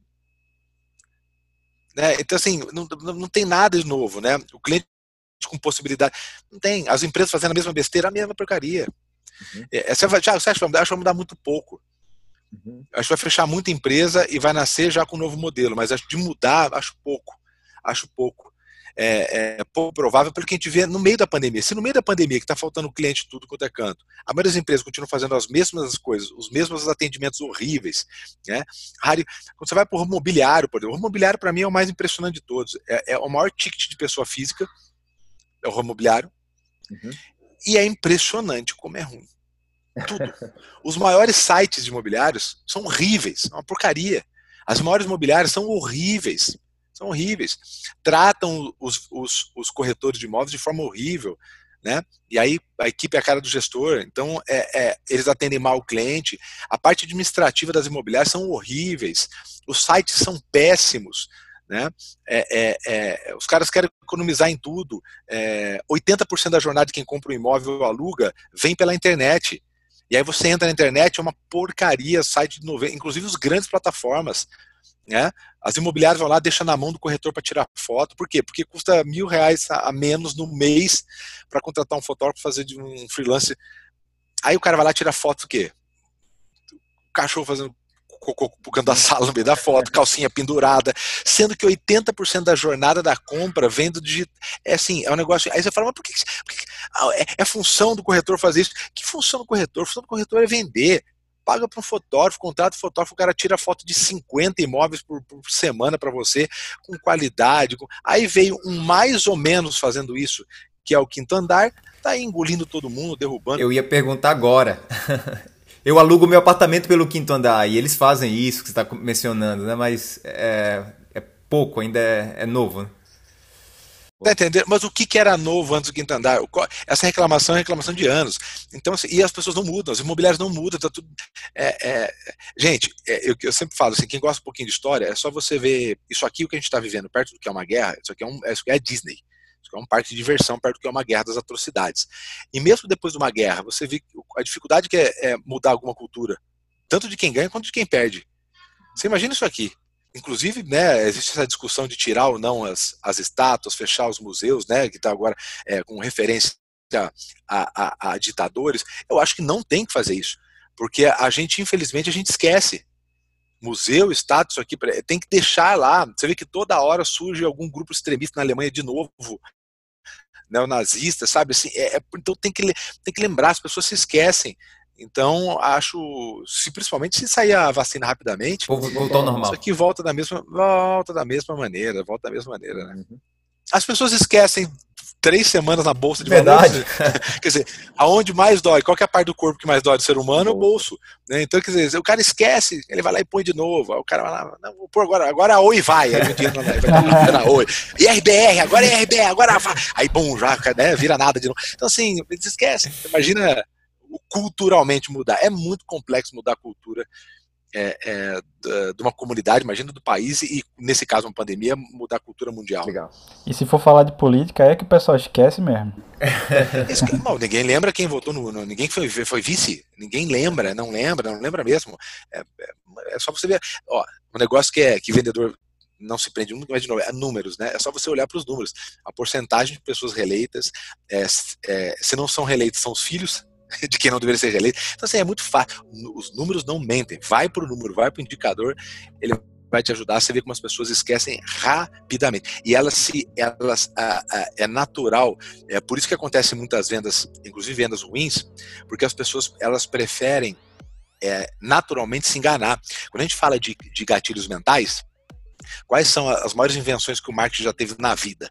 né? Então assim, não tem nada de novo, né? O cliente com possibilidade, não tem, as empresas fazendo a mesma besteira, a mesma porcaria. Você acha que vai mudar muito pouco? Acho que vai fechar muita empresa e vai nascer já com um novo modelo, mas acho de mudar, acho pouco. É pouco provável pelo que a gente vê no meio da pandemia. Se no meio da pandemia, que está faltando cliente tudo quanto é canto, a maioria das empresas continuam fazendo as mesmas coisas, os mesmos atendimentos horríveis, né? Quando você vai para o mobiliário, por exemplo, o mobiliário para mim é o mais impressionante de todos. É o maior ticket de pessoa física, é o mobiliário, e é impressionante como é ruim. Tudo. Os maiores sites de imobiliários são horríveis, é uma porcaria. As maiores imobiliárias são horríveis. São horríveis. Tratam os corretores de imóveis de forma horrível, né? E aí a equipe é a cara do gestor, então eles atendem mal o cliente. A parte administrativa das imobiliárias são horríveis. Os sites são péssimos, né? Os caras querem economizar em tudo. 80% da jornada de quem compra um imóvel ou aluga vem pela internet. E aí você entra na internet, é uma porcaria, site de 90, inclusive os grandes plataformas, né? As imobiliárias vão lá, deixam na mão do corretor para tirar foto. Por quê? Porque custa R$1.000 a menos no mês para contratar um fotógrafo, fazer de um freelance. Aí o cara vai lá e tira foto do quê? O cachorro fazendo cocô no canto da sala no meio da foto, calcinha pendurada, sendo que 80% da jornada da compra vem do digital. É assim, é um negócio. Aí você fala, mas por que é função do corretor fazer isso? Que função do corretor? A função do corretor é vender. Paga para um fotógrafo, contrata o fotógrafo, o cara tira foto de 50 imóveis por semana para você, com qualidade. Aí veio um mais ou menos fazendo isso, que é o Quinto Andar, tá aí engolindo todo mundo, derrubando. Eu ia perguntar agora. Eu alugo meu apartamento pelo Quinto Andar e eles fazem isso que você está mencionando, né? Mas é pouco, ainda é novo, né? Tá entendendo? Mas o que era novo antes do Quinto Andar? Essa reclamação é reclamação de anos. Então, assim, e as pessoas não mudam, as imobiliárias não mudam, tá tudo. Gente, eu sempre falo assim, quem gosta um pouquinho de história, é só você ver isso aqui, o que a gente está vivendo, perto do que é uma guerra, isso aqui é Disney. Isso aqui é um parque de diversão, perto do que é uma guerra das atrocidades. E mesmo depois de uma guerra, você vê a dificuldade que é mudar alguma cultura, tanto de quem ganha quanto de quem perde. Você imagina isso aqui. Inclusive, né, existe essa discussão de tirar ou não as estátuas, fechar os museus, né, que está agora com referência a ditadores. Eu acho que não tem que fazer isso, porque infelizmente, a gente esquece. Museu, estátua, isso aqui, tem que deixar lá. Você vê que toda hora surge algum grupo extremista na Alemanha de novo, neonazista, sabe? Assim, então tem que lembrar, as pessoas se esquecem. Então, principalmente se sair a vacina rapidamente, voltou ao normal. Isso aqui volta da mesma maneira, né? As pessoas esquecem 3 semanas na bolsa de verdade. Valores. Quer dizer, aonde mais dói? Qual que é a parte do corpo que mais dói do ser humano? É o bolso. Né? Então, quer dizer, o cara esquece, ele vai lá e põe de novo. Aí o cara vai lá, não, vou pôr agora a Oi vai. Aí o dinheiro vai na Oi. IRBR, agora é IRBR, agora vai. Aí, bom, já né, vira nada de novo. Então, assim, eles esquecem. Imagina culturalmente mudar. É muito complexo mudar a cultura de uma comunidade, imagina do país, e nesse caso uma pandemia, mudar a cultura mundial. Legal. E se for falar de política, é que o pessoal esquece mesmo. Não, ninguém lembra quem votou ninguém foi vice, ninguém lembra, não lembra mesmo. É só você ver, ó, um negócio que vendedor não se prende nunca mais de novo, é números, né? É só você olhar para os números. A porcentagem de pessoas reeleitas, se não são reeleitos, são os filhos de quem não deveria ser reeleito. Então, assim, é muito fácil. Os números não mentem. Vai para o número, vai para o indicador, ele vai te ajudar a você ver como as pessoas esquecem rapidamente. E é natural. É por isso que acontece muitas vendas, inclusive vendas ruins, porque as pessoas elas preferem naturalmente se enganar. Quando a gente fala de gatilhos mentais, quais são as maiores invenções que o marketing já teve na vida?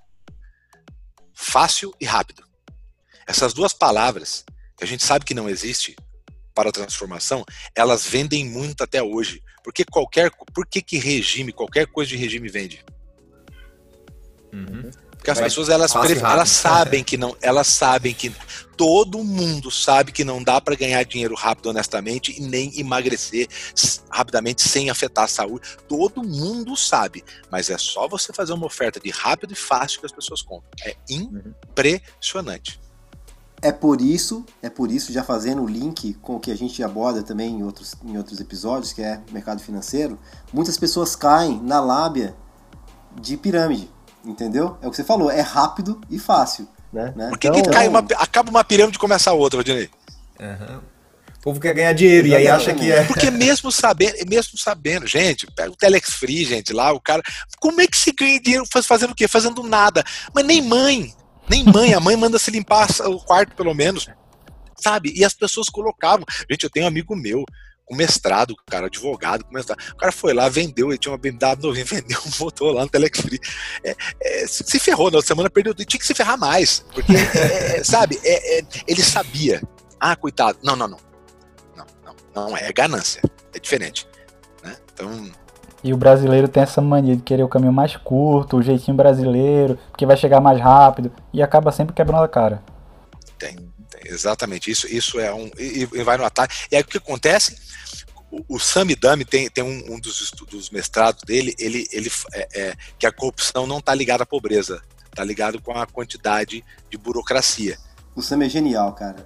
Fácil e rápido. Essas duas palavras, que a gente sabe que não existe para a transformação, elas vendem muito até hoje. Porque por que regime, qualquer coisa de regime vende? Porque as pessoas elas sabem que não, elas sabem que todo mundo sabe que não dá para ganhar dinheiro rápido, honestamente, e nem emagrecer rapidamente sem afetar a saúde. Todo mundo sabe, mas é só você fazer uma oferta de rápido e fácil que as pessoas compram. É impressionante. É por isso, já fazendo o link com o que a gente aborda também em outros episódios, que é mercado financeiro, muitas pessoas caem na lábia de pirâmide, entendeu? É o que você falou, é rápido e fácil. Né? Por que acaba uma pirâmide e começa a outra, Valdinei? O povo quer ganhar dinheiro e aí acha que é... Porque mesmo sabendo, gente, pega o Telex Free, gente, lá, o cara... Como é que se ganha dinheiro fazendo o quê? Fazendo nada. Mas nem mãe, a mãe manda se limpar o quarto, pelo menos, sabe? E as pessoas colocavam. Gente, eu tenho um amigo meu, com mestrado, cara, advogado, com mestrado. O cara foi lá, vendeu, ele tinha uma BMW novinha, vendeu, botou lá no Telex Free. Se ferrou, na semana perdeu, tinha que se ferrar mais, porque, sabe, ele sabia. ah, coitado. Não, não, não. Não, não, não é ganância. É diferente, né? Então... E o brasileiro tem essa mania de querer o caminho mais curto, o jeitinho brasileiro, porque vai chegar mais rápido, e acaba sempre quebrando a cara. Tem, exatamente. Isso é e vai no atalho. E aí o que acontece? O Samidami tem um dos mestrados dele, que a corrupção não está ligada à pobreza, está ligado com a quantidade de burocracia. O Sam é genial, cara.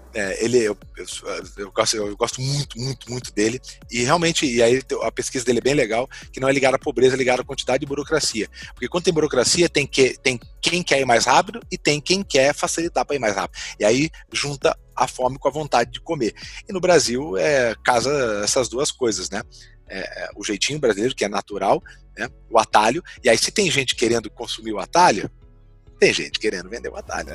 Eu gosto muito, muito, muito dele. E realmente, e aí a pesquisa dele é bem legal, que não é ligada à pobreza, é ligada à quantidade de burocracia. Porque quando tem burocracia, tem quem quer ir mais rápido e tem quem quer facilitar para ir mais rápido. E aí junta a fome com a vontade de comer. E no Brasil, casa essas duas coisas, né? O jeitinho brasileiro, que é natural, né? O atalho. E aí, se tem gente querendo consumir o atalho, tem gente querendo vender o atalho.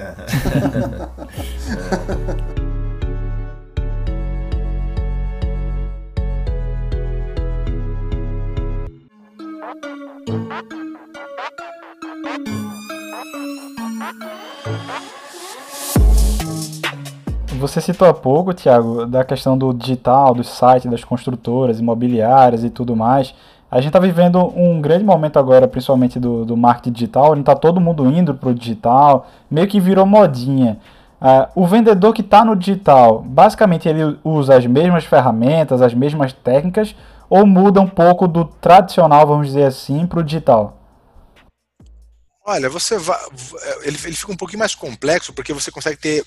Você citou há pouco, Thiago, da questão do digital, dos sites, das construtoras imobiliárias e tudo mais. A gente está vivendo um grande momento agora, principalmente do marketing digital, onde está todo mundo indo para o digital, meio que virou modinha. O vendedor que está no digital, basicamente ele usa as mesmas ferramentas, as mesmas técnicas, ou muda um pouco do tradicional, vamos dizer assim, para o digital? Olha, ele fica um pouquinho mais complexo, porque você consegue ter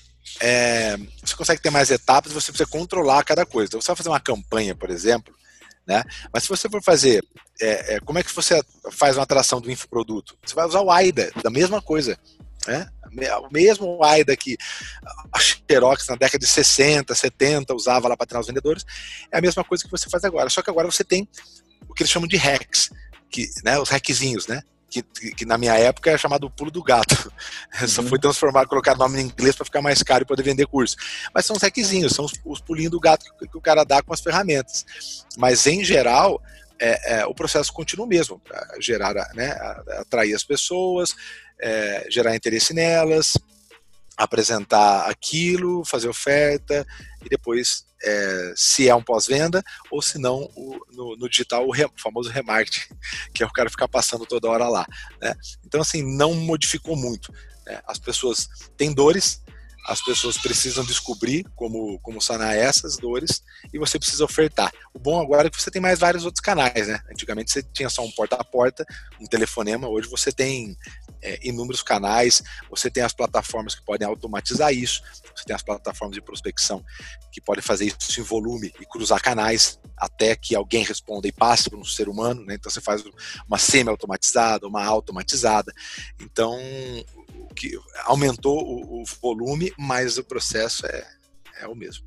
mais etapas, você precisa controlar cada coisa. Então, você vai fazer uma campanha, por exemplo, né? Mas se você for fazer, como é que você faz uma atração do infoproduto? Você vai usar o AIDA, da mesma coisa, né? O mesmo AIDA que a Xerox na década de 60, 70 usava lá para treinar os vendedores, é a mesma coisa que você faz agora, só que agora você tem o que eles chamam de hacks, né, os hackzinhos, né? Que na minha época era chamado pulo do gato. Só foi transformado, colocar nome em inglês para ficar mais caro e poder vender curso. Mas são os hackzinhos, são os pulinhos do gato que o cara dá com as ferramentas. Mas, em geral, o processo continua o mesmo. Gerar, né, atrair as pessoas, gerar interesse nelas, apresentar aquilo, fazer oferta e depois, se é um pós-venda ou se não, no digital, o famoso remarketing, que é o cara ficar passando toda hora lá, né? Então, assim, não modificou muito, né? As pessoas têm dores, as pessoas precisam descobrir como sanar essas dores e você precisa ofertar. O bom agora é que você tem mais vários outros canais, né? Antigamente você tinha só um porta a porta, um telefonema, hoje você tem inúmeros canais, você tem as plataformas que podem automatizar isso, você tem as plataformas de prospecção que podem fazer isso em volume e cruzar canais até que alguém responda e passe para um ser humano, né? Então você faz uma semi-automatizada, uma automatizada. Então, que aumentou o volume, mas o processo é o mesmo.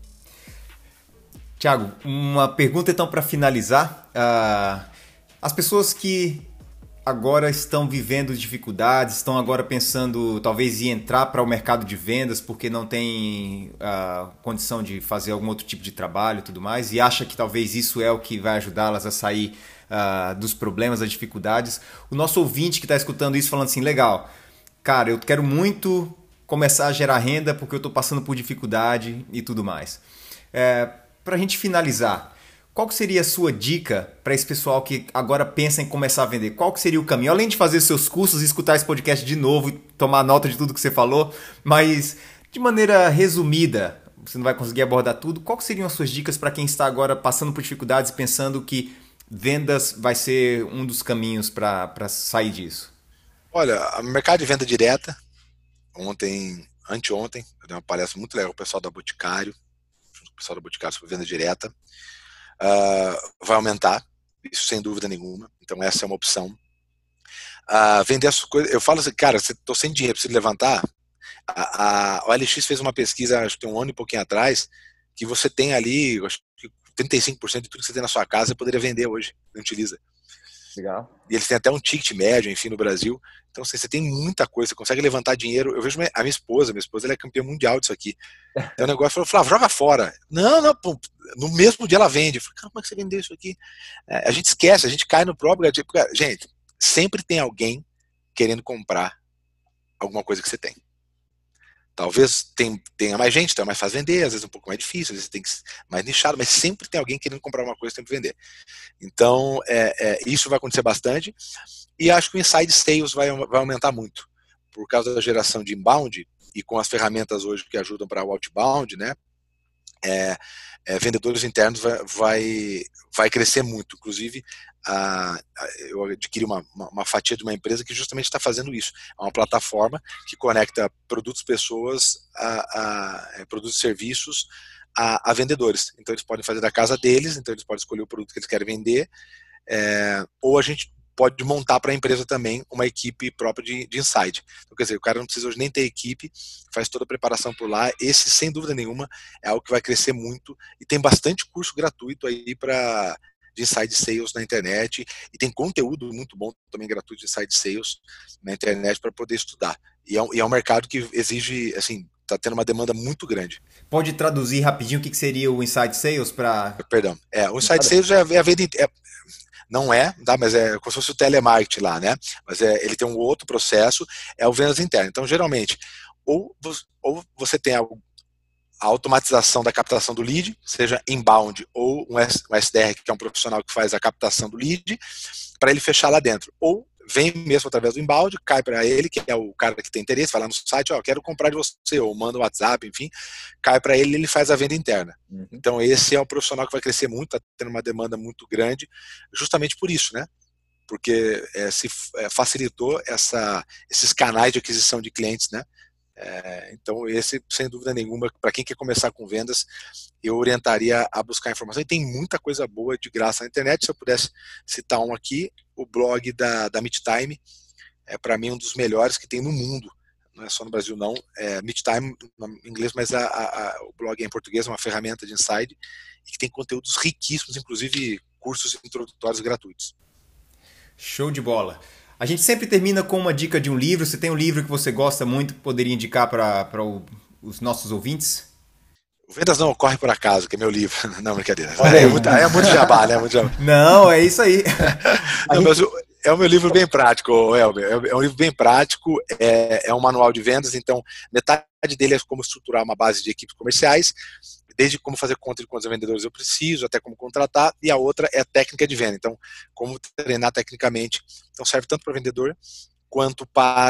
Thiago, uma pergunta então para finalizar. As pessoas que agora estão vivendo dificuldades, estão agora pensando talvez em entrar para o mercado de vendas porque não tem condição de fazer algum outro tipo de trabalho e tudo mais, e acha que talvez isso é o que vai ajudá-las a sair dos problemas, das dificuldades. O nosso ouvinte que está escutando isso falando assim, legal, cara, eu quero muito começar a gerar renda porque eu estou passando por dificuldade e tudo mais. Para a gente finalizar, qual que seria a sua dica para esse pessoal que agora pensa em começar a vender? Qual que seria o caminho? Além de fazer seus cursos e escutar esse podcast de novo e tomar nota de tudo que você falou, mas de maneira resumida, você não vai conseguir abordar tudo, qual que seriam as suas dicas para quem está agora passando por dificuldades e pensando que vendas vai ser um dos caminhos para sair disso? Olha, o mercado de venda direta, anteontem, eu dei uma palestra muito legal com o pessoal da Boticário, o pessoal da Boticário sobre venda direta. Vai aumentar, isso sem dúvida nenhuma, então essa é uma opção. Vender as coisas, eu falo assim, cara, estou sem dinheiro, preciso levantar. A OLX fez uma pesquisa, acho que tem um ano e pouquinho atrás, que você tem ali, acho que 35% de tudo que você tem na sua casa você poderia vender hoje, não utiliza. Legal. E eles têm até um ticket médio, enfim, no Brasil. Então, você tem muita coisa, você consegue levantar dinheiro. Eu vejo a minha esposa ela é campeã mundial disso aqui. Então o negócio falou, Flávio, joga fora. Não, pô, no mesmo dia ela vende. Eu falei, cara, como é que você vendeu isso aqui? A gente esquece, a gente cai no próprio. Tipo, gente, sempre tem alguém querendo comprar alguma coisa que você tem. Talvez tenha mais gente, então é mais fácil vender, às vezes é um pouco mais difícil, às vezes tem que ser mais nichado, mas sempre tem alguém querendo comprar uma coisa e tem que vender. Então, isso vai acontecer bastante, e acho que o inside sales vai aumentar muito, por causa da geração de inbound, e com as ferramentas hoje que ajudam para o outbound, né? Vendedores internos vai crescer muito. Inclusive, eu adquiri uma fatia de uma empresa que justamente está fazendo isso. É uma plataforma que conecta produtos, pessoas, produtos e serviços a vendedores. Então, eles podem fazer da casa deles, então eles podem escolher o produto que eles querem vender, ou a gente pode montar para a empresa também uma equipe própria de inside. Então, quer dizer, o cara não precisa hoje nem ter equipe, faz toda a preparação por lá. Esse, sem dúvida nenhuma, é algo que vai crescer muito, e tem bastante curso gratuito aí de inside sales na internet, e tem conteúdo muito bom também gratuito de inside sales na internet para poder estudar. E é um mercado que exige, assim, está tendo uma demanda muito grande. Pode traduzir rapidinho o que seria o inside sales para... Perdão. O inside sales é a venda... Não tá? Mas é como se fosse o telemarketing lá, né? Mas ele tem um outro processo, é o vendas internas. Então, geralmente, ou você tem a automatização da captação do lead, seja inbound ou um SDR, que é um profissional que faz a captação do lead, para ele fechar lá dentro. Ou vem mesmo através do inbound, cai para ele, que é o cara que tem interesse, vai lá no site, quero comprar de você, ou manda um WhatsApp, enfim, cai para ele e ele faz a venda interna. Uhum. Então esse é um profissional que vai crescer muito, está tendo uma demanda muito grande, justamente por isso, né? Porque facilitou esses canais de aquisição de clientes, né? Então esse, sem dúvida nenhuma, para quem quer começar com vendas, eu orientaria a buscar informação, e tem muita coisa boa de graça na internet. Se eu pudesse citar um aqui, o blog da Meet-Time é para mim um dos melhores que tem no mundo, não é só no Brasil não, Meet-Time em inglês, mas o blog é em português, é uma ferramenta de inside, e que tem conteúdos riquíssimos, inclusive cursos introdutórios gratuitos. Show de bola! A gente sempre termina com uma dica de um livro. Você tem um livro que você gosta muito que poderia indicar para os nossos ouvintes? O Vendas Não Ocorre Por Acaso, que é meu livro. Não, brincadeira. É muito jabá, né? Muito jabá. Não, é isso aí. Não, mas é um meu livro bem prático, Elber. É um livro bem prático, é um manual de vendas, então metade dele é como estruturar uma base de equipes comerciais, desde como fazer conta de quantos vendedores eu preciso, até como contratar, e a outra é a técnica de venda, então como treinar tecnicamente. Então serve tanto para vendedor quanto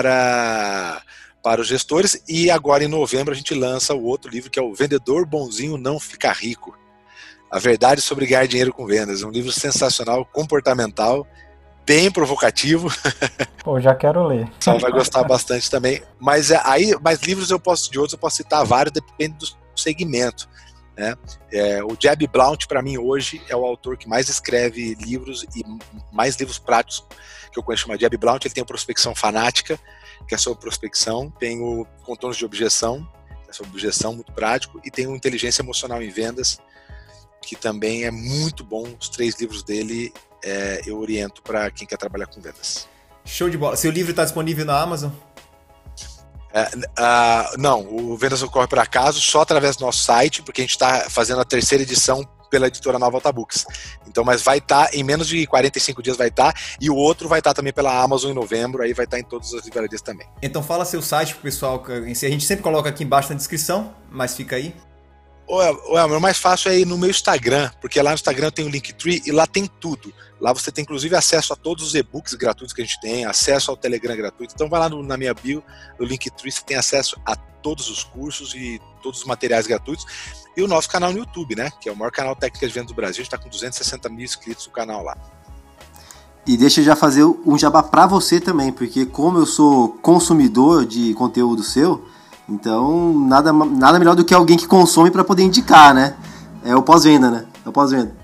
para os gestores. E agora em novembro a gente lança o outro livro, que é o Vendedor Bonzinho Não Fica Rico, a verdade sobre ganhar dinheiro com vendas. Um livro sensacional, comportamental, bem provocativo. Pô, já quero ler. Só vai gostar bastante também. Mas livros de outros eu posso citar vários, depende do segmento, né? O Jeb Blount, para mim, hoje é o autor que mais escreve livros, e mais livros práticos que eu conheço. Chama Jeb Blount. Ele tem a Prospecção Fanática, que é sobre prospecção, tem o Contornos de Objeção, que é sobre objeção, muito prático, e tem o Inteligência Emocional em Vendas, que também é muito bom. Os 3 livros dele eu oriento para quem quer trabalhar com vendas. Show de bola. Seu livro está disponível na Amazon? Não, o Vendas Ocorre Por Acaso só através do nosso site, porque a gente está fazendo a 3ª edição pela editora Nova Alta Books. Então, mas vai estar, em menos de 45 dias vai estar, e o outro vai estar também pela Amazon em novembro, aí vai estar em todas as livrarias também. Então fala seu site pro pessoal, a gente sempre coloca aqui embaixo na descrição, mas fica aí. O mais fácil é ir no meu Instagram, porque lá no Instagram eu tenho o Linktree e lá tem tudo. Lá você tem inclusive acesso a todos os e-books gratuitos que a gente tem, acesso ao Telegram gratuito. Então vai lá na minha bio, no Linktree, você tem acesso a todos os cursos e todos os materiais gratuitos. E o nosso canal no YouTube, né? Que é o maior canal técnico de venda do Brasil. A gente está com 260 mil inscritos no canal lá. E deixa eu já fazer um jabá para você também, porque como eu sou consumidor de conteúdo seu, então nada melhor do que alguém que consome para poder indicar, né? É o pós-venda, né? É o pós-venda.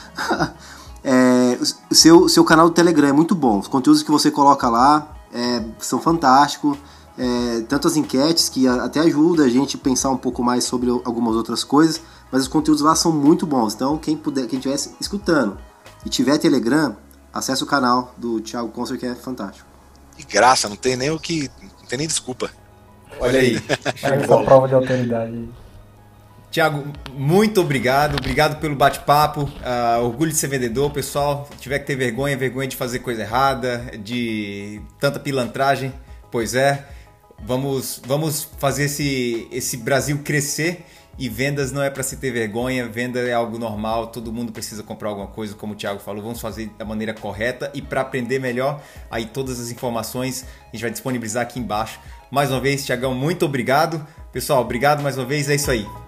O seu canal do Telegram é muito bom. Os conteúdos que você coloca lá são fantásticos. Tanto as enquetes, que até ajuda a gente a pensar um pouco mais sobre algumas outras coisas, mas os conteúdos lá são muito bons. Então quem estiver escutando e tiver Telegram, acesse o canal do Thiago Concer, que é fantástico. De graça, não tem nem desculpa. Olha aí. Essa prova de autoridade. Thiago, muito obrigado. Obrigado pelo bate-papo. Orgulho de ser vendedor, pessoal. Se tiver que ter vergonha de fazer coisa errada, de tanta pilantragem, pois é. Vamos fazer esse Brasil crescer. E vendas não é para se ter vergonha, venda é algo normal, todo mundo precisa comprar alguma coisa, como o Thiago falou, vamos fazer da maneira correta. E para aprender melhor, aí todas as informações a gente vai disponibilizar aqui embaixo. Mais uma vez, Thiagão, muito obrigado. Pessoal, obrigado mais uma vez, é isso aí.